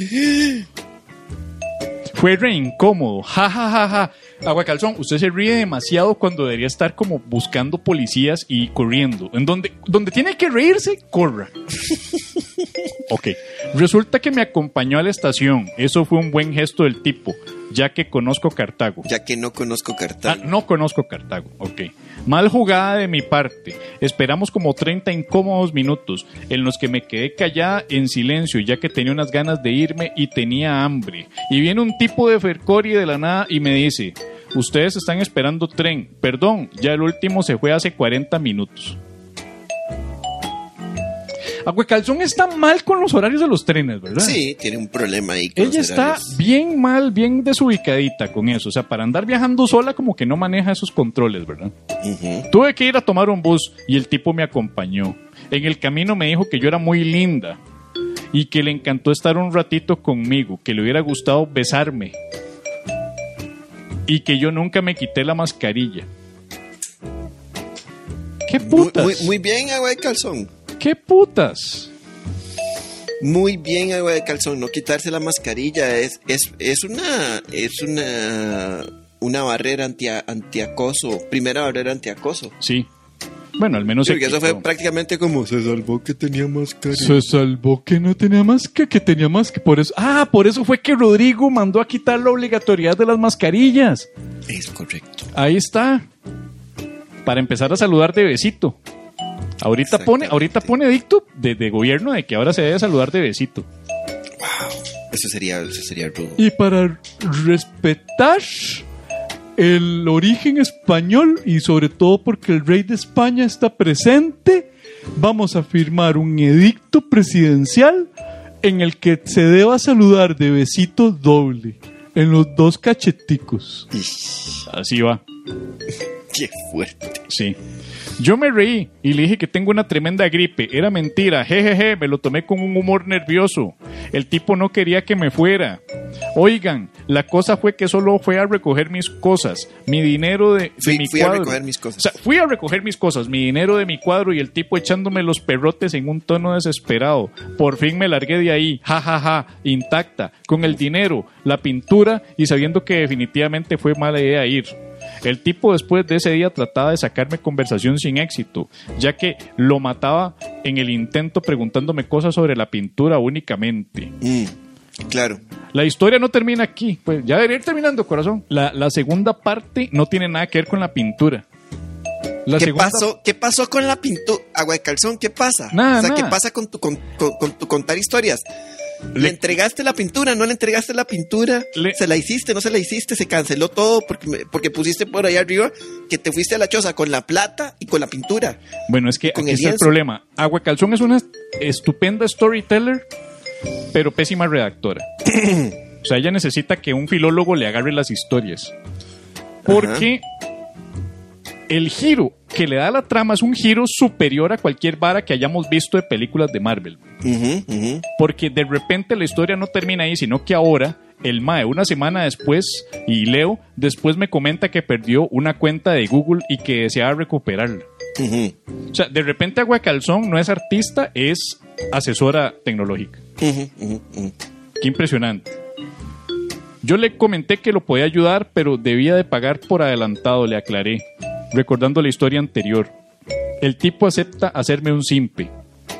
Fue re incómodo. Ja, ja, ja, ja. Agua de Calzón, usted se ríe demasiado cuando debería estar como buscando policías y corriendo. En donde tiene que reírse, corra. Ok. Resulta que me acompañó a la estación. Eso fue un buen gesto del tipo, ya que conozco Cartago. Ya que no conozco Cartago. No conozco Cartago, ok. Mal jugada de mi parte. Esperamos como 30 incómodos minutos en los que me quedé callada en silencio, ya que tenía unas ganas de irme y tenía hambre. Y viene un tipo de Fercori de la nada y me dice, ustedes están esperando tren. Perdón, ya el último se fue hace 40 minutos. Agua de Calzón está mal con los horarios de los trenes, ¿verdad? Sí, tiene un problema ahí con ella los está horarios. bien mal, bien desubicadita con eso. O sea, para andar viajando sola como que no maneja esos controles, ¿verdad? Tuve que ir a tomar un bus y el tipo me acompañó. En el camino me dijo que yo era muy linda y que le encantó estar un ratito conmigo, que le hubiera gustado besarme y que yo nunca me quité la mascarilla. ¿Qué putas? Muy bien, Agua de Calzón. ¿Qué putas? Muy bien, Agua de Calzón. No quitarse la mascarilla es una barrera antiacoso. Primera barrera antiacoso. Sí. Bueno, al menos porque eso fue prácticamente como se salvó que tenía mascarilla. Se salvó que no tenía mascarilla, que tenía mascarilla. Por eso fue que Rodrigo mandó a quitar la obligatoriedad de las mascarillas. Es correcto. Ahí está. Para empezar a saludar de besito. Ahorita pone edicto de gobierno de que ahora se debe saludar de besito. Wow, eso sería rudo. Y para respetar el origen español y sobre todo porque el rey de España está presente, vamos a firmar un edicto presidencial en el que se deba saludar de besito doble en los dos cacheticos. Así va. Qué fuerte. Sí. Yo me reí y le dije que tengo una tremenda gripe. Era mentira, jejeje, me lo tomé con un humor nervioso. El tipo no quería que me fuera. Oigan, la cosa fue que solo fue a recoger mis cosas, mi dinero de mi cuadro. Fui a recoger mis cosas. O sea, fui a recoger mis cosas, mi dinero de mi cuadro y el tipo echándome los perrotes en un tono desesperado. Por fin me largué de ahí, jajaja, intacta, con el dinero, la pintura y sabiendo que definitivamente fue mala idea ir. El tipo después de ese día trataba de sacarme conversación sin éxito, ya que lo mataba en el intento preguntándome cosas sobre la pintura únicamente. Claro. La historia no termina aquí, pues ya debería ir terminando, corazón. La segunda parte no tiene nada que ver con la pintura. ¿Qué pasó con la pintura? Agua de Calzón, ¿qué pasa? Nada. ¿Qué pasa con tu contar historias? ¿Le entregaste la pintura? ¿No le entregaste la pintura? ¿Se la hiciste? ¿No se la hiciste? ¿Se canceló todo porque pusiste por ahí arriba que te fuiste a la choza con la plata y con la pintura? Bueno, es que aquí está el problema. Agua de Calzón es una estupenda storyteller, pero pésima redactora. O sea, ella necesita que un filólogo le agarre las historias. Porque el giro que le da a la trama es un giro superior a cualquier vara que hayamos visto de películas de Marvel. Porque de repente la historia no termina ahí, sino que ahora el mae, una semana después, y Leo después me comenta que perdió una cuenta de Google y que deseaba recuperarla. O sea, de repente Agua de Calzón no es artista, es asesora tecnológica. Qué impresionante. Yo le comenté que lo podía ayudar, pero debía de pagar por adelantado, le aclaré, recordando la historia anterior. El tipo acepta hacerme un simpe.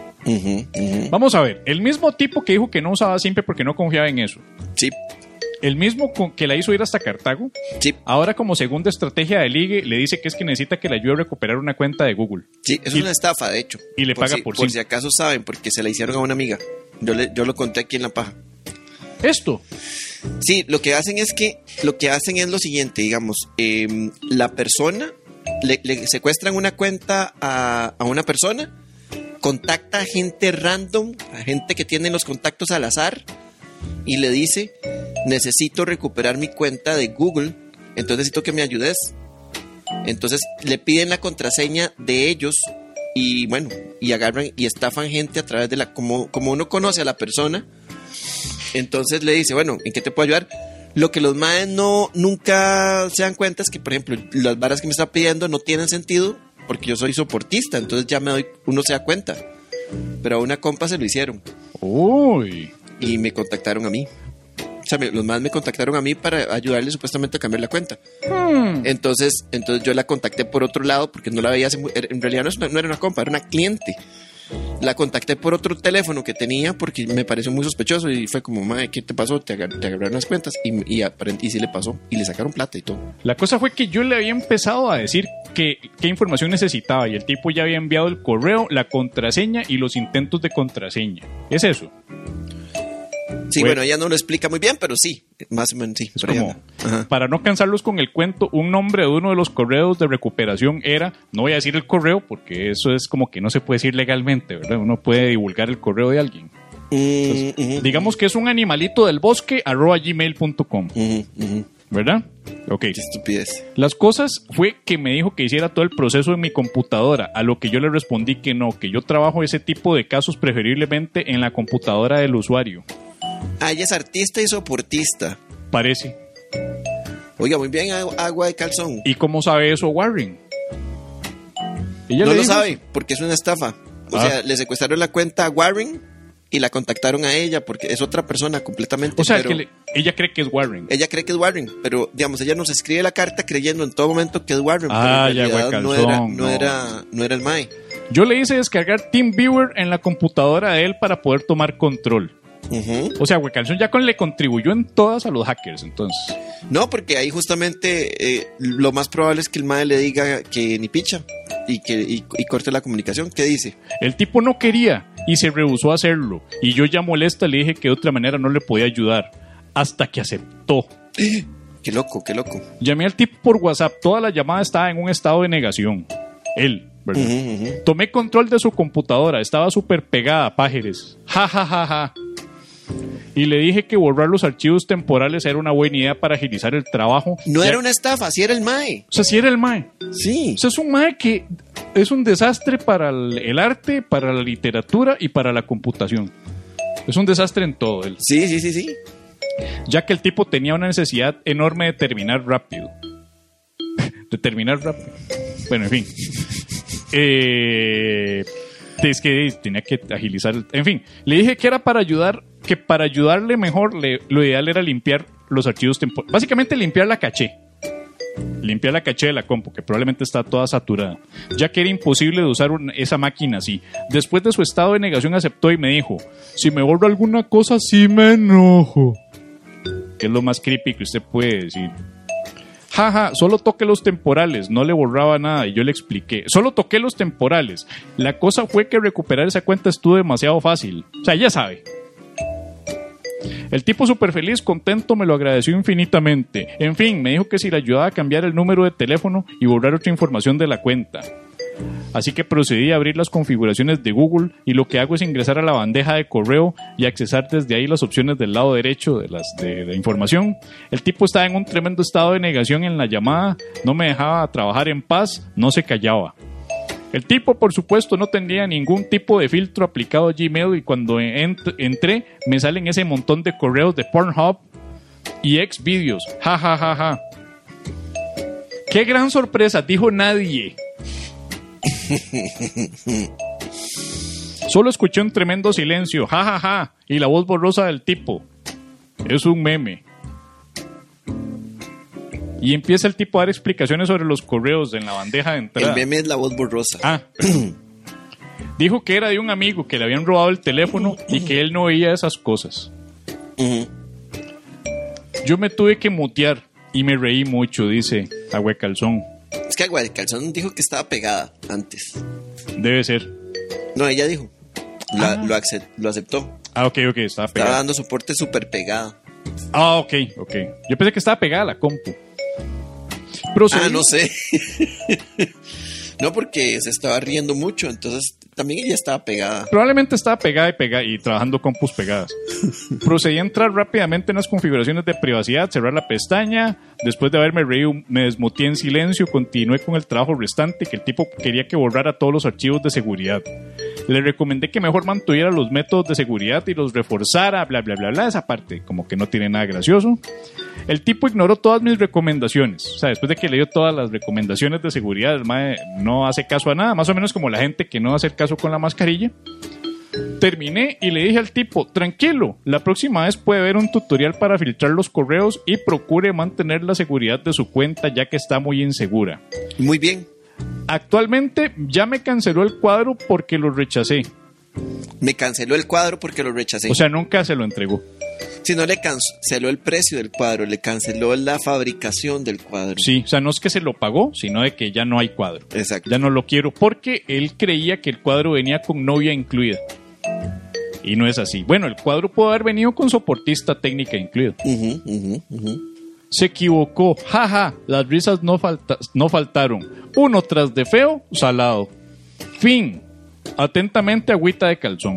Vamos a ver, el mismo tipo que dijo que no usaba simpe porque no confiaba en eso. Sí. El mismo que la hizo ir hasta Cartago. Sí. Ahora, como segunda estrategia de ligue, le dice que es que necesita que le ayude a recuperar una cuenta de Google. Sí, es una estafa, de hecho. Y le paga por si acaso saben, porque se la hicieron a una amiga. Yo lo conté aquí en La Paja. ¿Esto? Sí, lo que hacen es lo siguiente, digamos, la persona, le secuestran una cuenta a una persona, contacta a gente random, a gente que tiene los contactos al azar, y le dice, necesito recuperar mi cuenta de Google, entonces necesito que me ayudes. Entonces le piden la contraseña de ellos y bueno, y agarran y estafan gente a través de como uno conoce a la persona, entonces le dice, bueno, ¿en qué te puedo ayudar? Lo que los maes nunca se dan cuenta es que, por ejemplo, las varas que me está pidiendo no tienen sentido porque yo soy soportista, entonces ya uno se da cuenta. Pero a una compa se lo hicieron. Uy. Y me contactaron a mí. O sea, los más me contactaron a mí para ayudarle supuestamente a cambiar la cuenta. Entonces yo la contacté por otro lado porque no la veía en realidad no era una compa, era una cliente. La contacté por otro teléfono que tenía porque me pareció muy sospechoso y fue como, madre, ¿qué te pasó? Te agarraron las cuentas y sí le pasó y le sacaron plata y todo. La cosa fue que yo le había empezado a decir qué información necesitaba y el tipo ya había enviado el correo, la contraseña y los intentos de contraseña. ¿Es eso? Sí, bueno, ella no lo explica muy bien, pero sí, más o menos sí. Es como, para no cansarlos con el cuento, un nombre de uno de los correos de recuperación era, no voy a decir el correo porque eso es como que no se puede decir legalmente, ¿verdad? Uno puede divulgar el correo de alguien. Entonces, digamos que es un animalito del bosque @gmail.com. ¿Verdad? Ok. Qué estupidez. Las cosas fue que me dijo que hiciera todo el proceso en mi computadora, a lo que yo le respondí que no, que yo trabajo ese tipo de casos preferiblemente en la computadora del usuario. Ah, ella es artista y soportista. Parece. Oiga, muy bien, Agua de Calzón. ¿Y cómo sabe eso Warren? ¿Ella no lo sabe, porque es una estafa. O sea, le secuestraron la cuenta a Warren y la contactaron a ella porque es otra persona completamente. O sea, que ella cree que es Warren. Ella cree que es Warren, pero digamos, ella nos escribe la carta creyendo en todo momento que es Warren. Ah, pero en ya, realidad no era el mae. Yo le hice descargar TeamViewer en la computadora de él para poder tomar control. O sea, Huecalzón ya le contribuyó en todas a los hackers, entonces. No, porque ahí justamente lo más probable es que el mae le diga que ni picha y corte la comunicación. ¿Qué dice? El tipo no quería y se rehusó a hacerlo. Y yo ya molesta le dije que de otra manera no le podía ayudar. Hasta que aceptó. Qué loco, qué loco. Llamé al tipo por WhatsApp. Toda la llamada estaba en un estado de negación. Él, ¿verdad? Tomé control de su computadora. Estaba súper pegada a pájaros. Ja, ja, ja, ja. Y le dije que borrar los archivos temporales era una buena idea para agilizar el trabajo. No era una estafa, sí era el mae. O sea, sí era el mae. Sí. O sea, es un mae que es un desastre para el arte, para la literatura y para la computación. Es un desastre en todo él. Sí. Ya que el tipo tenía una necesidad enorme de terminar rápido. Bueno, en fin. Es que tenía que agilizar. En fin, le dije que era para ayudarle mejor, lo ideal era limpiar los archivos temporales. Básicamente limpiar la caché. Limpiar la caché de la compu, que probablemente está toda saturada. Ya que era imposible de usar esa máquina así. Después de su estado de negación aceptó y me dijo, si me borro alguna cosa, sí me enojo. Que es lo más creepy que usted puede decir. Jaja, solo toqué los temporales, no le borraba nada y yo le expliqué. Solo toqué los temporales. La cosa fue que recuperar esa cuenta estuvo demasiado fácil. O sea, ya sabe. El tipo súper feliz, contento, me lo agradeció infinitamente. En fin, me dijo que si le ayudaba a cambiar el número de teléfono y borrar otra información de la cuenta. Así que procedí a abrir las configuraciones de Google y lo que hago es ingresar a la bandeja de correo y accesar desde ahí las opciones del lado derecho de la información. El tipo estaba en un tremendo estado de negación en la llamada, no me dejaba trabajar en paz, no se callaba. El tipo, por supuesto, no tenía ningún tipo de filtro aplicado a Gmail y cuando entré me salen ese montón de correos de Pornhub y Xvideos. Ja, ja, ja, ja. ¡Qué gran sorpresa! Dijo nadie. Solo escuché un tremendo silencio. Ja, ja, ja. Y la voz borrosa del tipo. Es un meme. Y empieza el tipo a dar explicaciones sobre los correos en la bandeja de entrada. El meme es la voz borrosa. Ah. Dijo que era de un amigo que le habían robado el teléfono y que él no veía esas cosas. Yo me tuve que mutear y me reí mucho, dice Agua de Calzón. Es que Agua de Calzón dijo que estaba pegada antes. Debe ser. No, ella dijo. Lo aceptó. Ah, ok, estaba pegada. Estaba dando soporte súper pegada. Ah, ok. Yo pensé que estaba pegada a la compu. No sé. No, porque se estaba riendo mucho, entonces también ella estaba pegada. Probablemente estaba pegada y trabajando compus pegadas. Procedí a entrar rápidamente en las configuraciones de privacidad, cerrar la pestaña. Después de haberme reído, me desmuteé en silencio, continué con el trabajo restante que el tipo quería que borrara todos los archivos de seguridad. Le recomendé que mejor mantuviera los métodos de seguridad y los reforzara, bla, bla, bla, bla. Esa parte como que no tiene nada gracioso. El tipo ignoró todas mis recomendaciones. O sea, después de que le dio todas las recomendaciones de seguridad, el mae no hace caso a nada. Más o menos como la gente que no va a hacer caso con la mascarilla. Terminé y le dije al tipo, tranquilo, la próxima vez puede ver un tutorial para filtrar los correos y procure mantener la seguridad de su cuenta ya que está muy insegura. Muy bien. Actualmente ya me canceló el cuadro porque lo rechacé. Me canceló el cuadro porque lo rechacé. O sea, nunca se lo entregó. Si no le canceló el precio del cuadro, le canceló la fabricación del cuadro. Sí, o sea, no es que se lo pagó, sino de que ya no hay cuadro. Exacto. Ya no lo quiero porque él creía que el cuadro venía con novia incluida. Y no es así. Bueno, el cuadro puede haber venido con soportista técnica incluido. Se equivocó. Jaja, las risas no faltaron. Uno tras de feo, salado. Fin. Atentamente, Agüita de Calzón.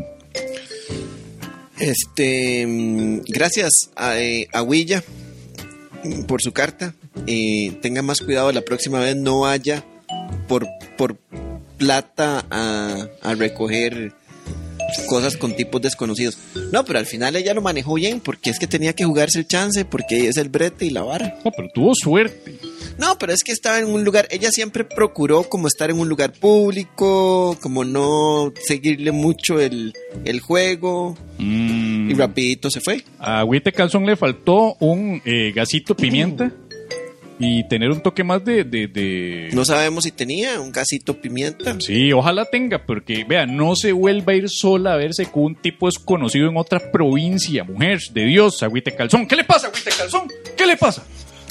Gracias a Agüilla por su carta. Tenga más cuidado la próxima vez, no vaya por plata a recoger cosas con tipos desconocidos. No, pero al final ella lo manejó bien porque es que tenía que jugarse el chance porque es el brete y la vara. No, pero tuvo suerte. No, pero es que estaba en un lugar, ella siempre procuró como estar en un lugar público, como no seguirle mucho el juego y rapidito se fue. A Agüita de Calzón le faltó un gasito pimienta y tener un toque más de... No sabemos si tenía un gasito pimienta. Sí, ojalá tenga, porque vea, no se vuelva a ir sola a verse con un tipo desconocido en otra provincia. Mujer de Dios, Agüita de Calzón. ¿Qué le pasa, Agüita de Calzón? ¿Qué le pasa?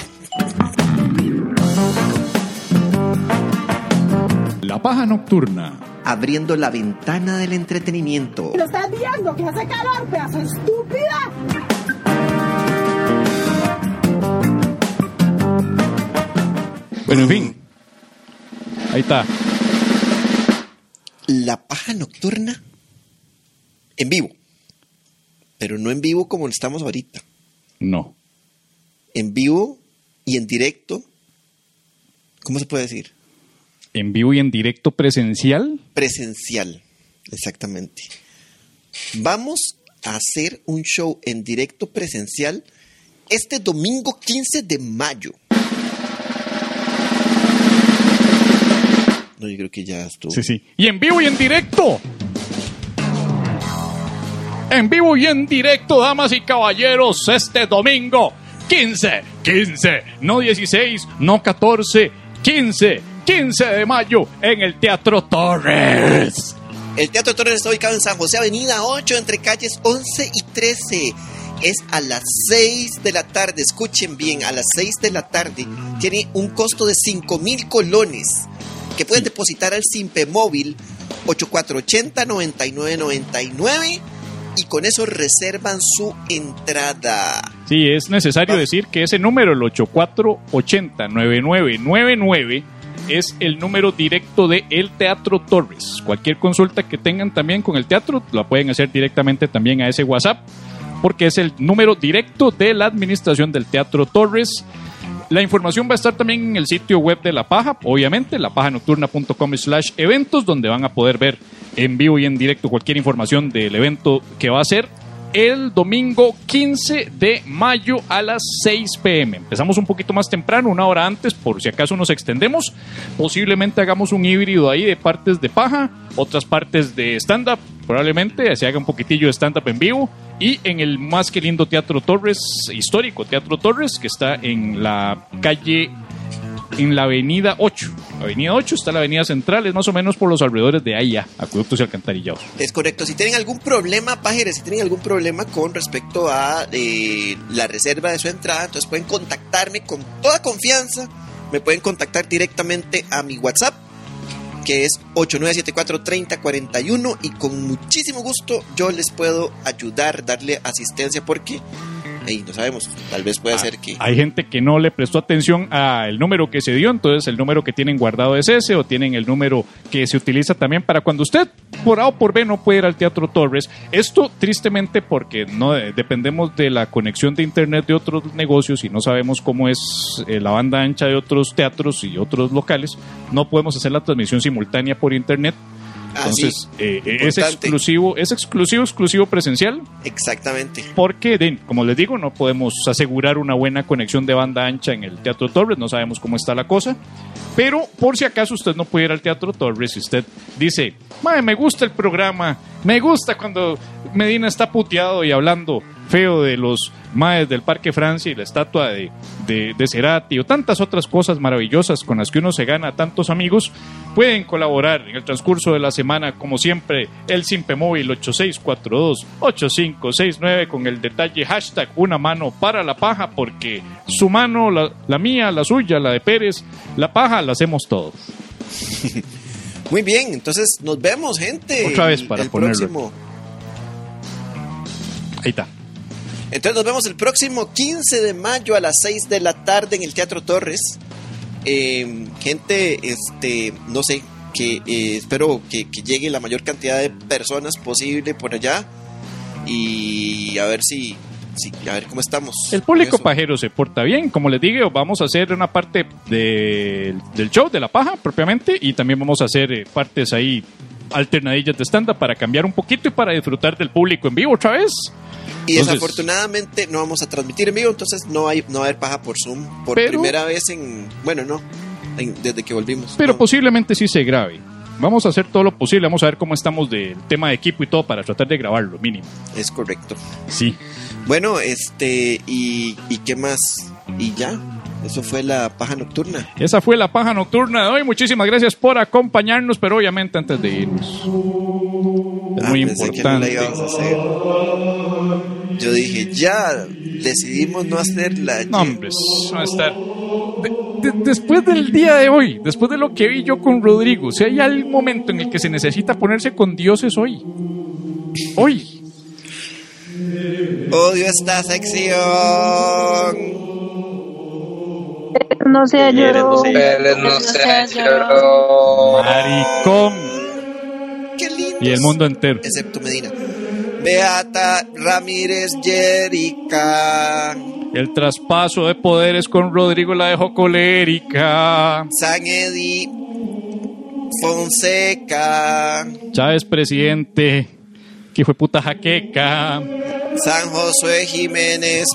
La paja nocturna. Abriendo la ventana del entretenimiento. ¿Lo estás viendo? Que hace calor, pedazo estúpida. Bueno, en fin. Ahí está. La paja nocturna en vivo. Pero no en vivo como estamos ahorita. No. En vivo y en directo. ¿Cómo se puede decir? ¿En vivo y en directo presencial? Presencial, exactamente. Vamos a hacer un show en directo presencial este domingo 15 de mayo. No, yo creo que ya estuvo. Sí. Y en vivo y en directo. En vivo y en directo, damas y caballeros, este domingo 15, no 16, no 14, 15 de mayo en el Teatro Torres. El Teatro Torres está ubicado en San José, Avenida 8, entre calles 11 y 13. Es a las 6 de la tarde, escuchen bien, a las 6 de la tarde. Tiene un costo de 5,000 colones que pueden depositar al Simpe Móvil 8480-9999 y con eso reservan su entrada. Sí, es necesario decir que ese número, el 8480-9999, es el número directo de El Teatro Torres. Cualquier consulta que tengan también con el teatro, la pueden hacer directamente también a ese WhatsApp, porque es el número directo de la administración del Teatro Torres. La información va a estar también en el sitio web de La Paja, obviamente, lapajanocturna.com/eventos, donde van a poder ver en vivo y en directo cualquier información del evento que va a ser el domingo 15 de mayo a las 6 p.m. Empezamos un poquito más temprano, una hora antes, por si acaso nos extendemos. Posiblemente hagamos un híbrido ahí de partes de paja, otras partes de stand-up, probablemente se haga un poquitillo de stand-up en vivo. Y en el más que lindo Teatro Torres, histórico Teatro Torres, que está en la calle, en la avenida 8. Avenida 8 está la avenida central, es más o menos por los alrededores de ahí, acueductos y alcantarillados. Es correcto. Si tienen algún problema, pajeres, si tienen algún problema con respecto a la reserva de su entrada, entonces pueden contactarme con toda confianza. Me pueden contactar directamente a mi WhatsApp, que es 8974-3041, y con muchísimo gusto yo les puedo ayudar, darle asistencia, porque no sabemos, tal vez puede ser que... Hay gente que no le prestó atención al número que se dio, entonces el número que tienen guardado es ese, o tienen el número que se utiliza también para cuando usted, por A o por B, no puede ir al Teatro Torres. Esto, tristemente, porque no dependemos de la conexión de internet de otros negocios y no sabemos cómo es la banda ancha de otros teatros y otros locales, no podemos hacer la transmisión simultánea por internet. Entonces, es exclusivo presencial. Exactamente. Porque, como les digo, no podemos asegurar una buena conexión de banda ancha en el Teatro Torres, no sabemos cómo está la cosa. Pero, por si acaso usted no puede ir al Teatro Torres, si usted dice, me gusta el programa, me gusta cuando Medina está puteado y hablando feo de los maes del Parque Francia y la estatua de Cerati o tantas otras cosas maravillosas con las que uno se gana a tantos amigos, pueden colaborar en el transcurso de la semana, como siempre, el Simpemóvil 8642-8569 con el detalle hashtag una mano para la paja, porque su mano, la mía, la suya, la de Pérez, la paja la hacemos todos. Muy bien, entonces nos vemos, gente. Otra vez para ponerlo. Próximo. Ahí está. Entonces nos vemos el próximo 15 de mayo a las 6 de la tarde en el Teatro Torres. Gente, no sé, espero que llegue la mayor cantidad de personas posible por allá, y a ver a ver cómo estamos. El público pajero se porta bien, como les digo, vamos a hacer una parte del show de la paja propiamente, y también vamos a hacer partes ahí alternadillas de stand-up para cambiar un poquito y para disfrutar del público en vivo otra vez. Y desafortunadamente no vamos a transmitir en vivo, entonces no va a haber paja por Zoom primera vez desde que volvimos. Pero posiblemente sí se grabe. Vamos a hacer todo lo posible, vamos a ver cómo estamos del tema de equipo y todo para tratar de grabarlo mínimo. Es correcto. Sí. Bueno, ¿y qué más? Y ya. Eso fue la paja nocturna. Esa fue la paja nocturna de hoy. Muchísimas gracias por acompañarnos, pero obviamente antes de irnos, es muy importante. Que no la íbamos a hacer. Yo dije, ya decidimos no hacerla. No, hombre, va a estar. Después del día de hoy, después de lo que vi yo con Rodrigo, si hay algún momento en el que se necesita ponerse con Dios, es hoy. Hoy. Odio esta sección. No sea llorón. No sea llorón. Maricón. Qué lindo. Y el mundo entero. Excepto Medina. Beata Ramírez Yerica. El traspaso de poderes con Rodrigo la dejó colérica. San Edi Fonseca. Chávez presidente. Que fue puta jaqueca. San Josué Jiménez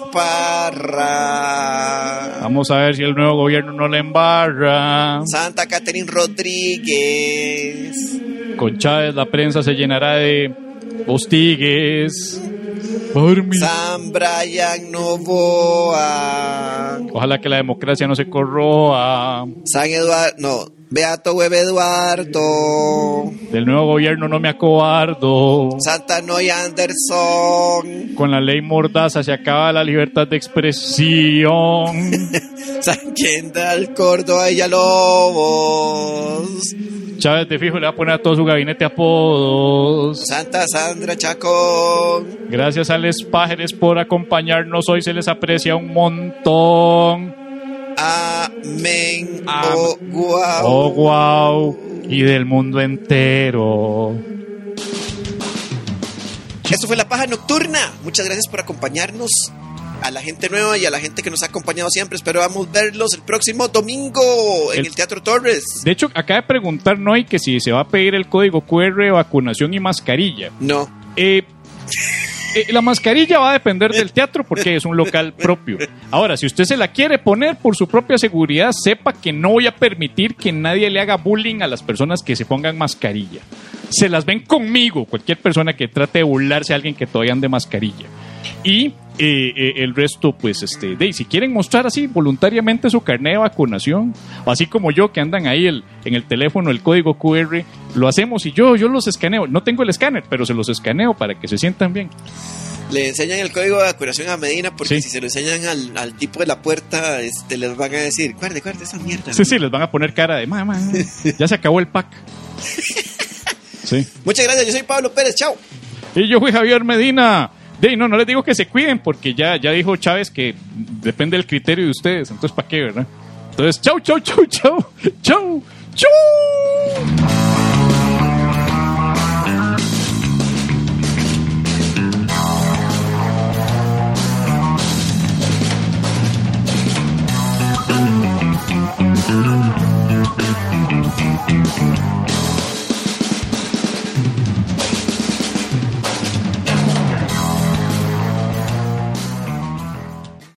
Parra. Vamos a ver si el nuevo gobierno no le embarra. Santa Caterina Rodríguez. Con Chávez la prensa se llenará de hostigues. San Brian Novoa. Ojalá que la democracia no se corroa. San Eduardo, Beato Web Eduardo. Del nuevo gobierno no me acobardo. Santa Noy Anderson. Con la ley Mordaza se acaba la libertad de expresión. San Kendall Córdoba Villalobos. Chávez de fijo le va a poner a todo su gabinete apodos. Santa Sandra Chacón. Gracias a Les Pájeres por acompañarnos hoy, se les aprecia un montón. A Men, wow. Oh, wow. Y del mundo entero. Esto fue La Paja Nocturna. Muchas gracias por acompañarnos. A la gente nueva y a la gente que nos ha acompañado siempre. Esperamos verlos el próximo domingo en el Teatro Torres. De hecho, acaba de preguntar Noy que si se va a pedir el código QR, vacunación y mascarilla. No. La mascarilla va a depender del teatro porque es un local propio. Ahora, si usted se la quiere poner por su propia seguridad, sepa que no voy a permitir que nadie le haga bullying a las personas que se pongan mascarilla. Se las ven conmigo, cualquier persona que trate de burlarse a alguien que todavía ande mascarilla. Y el resto, pues, si quieren mostrar así voluntariamente su carnet de vacunación, o así como yo, que andan ahí en el teléfono el código QR, lo hacemos y yo los escaneo. No tengo el escáner, pero se los escaneo para que se sientan bien. Le enseñan el código de vacunación a Medina porque si se lo enseñan al tipo de la puerta, les van a decir, guarde esa mierda. Sí, les van a poner cara de mamá, ya se acabó el pack. Sí. Muchas gracias, yo soy Pablo Pérez, chao. Y yo fui Javier Medina. No les digo que se cuiden porque ya dijo Chávez que depende del criterio de ustedes. Entonces, ¿para qué, verdad? Entonces, chau.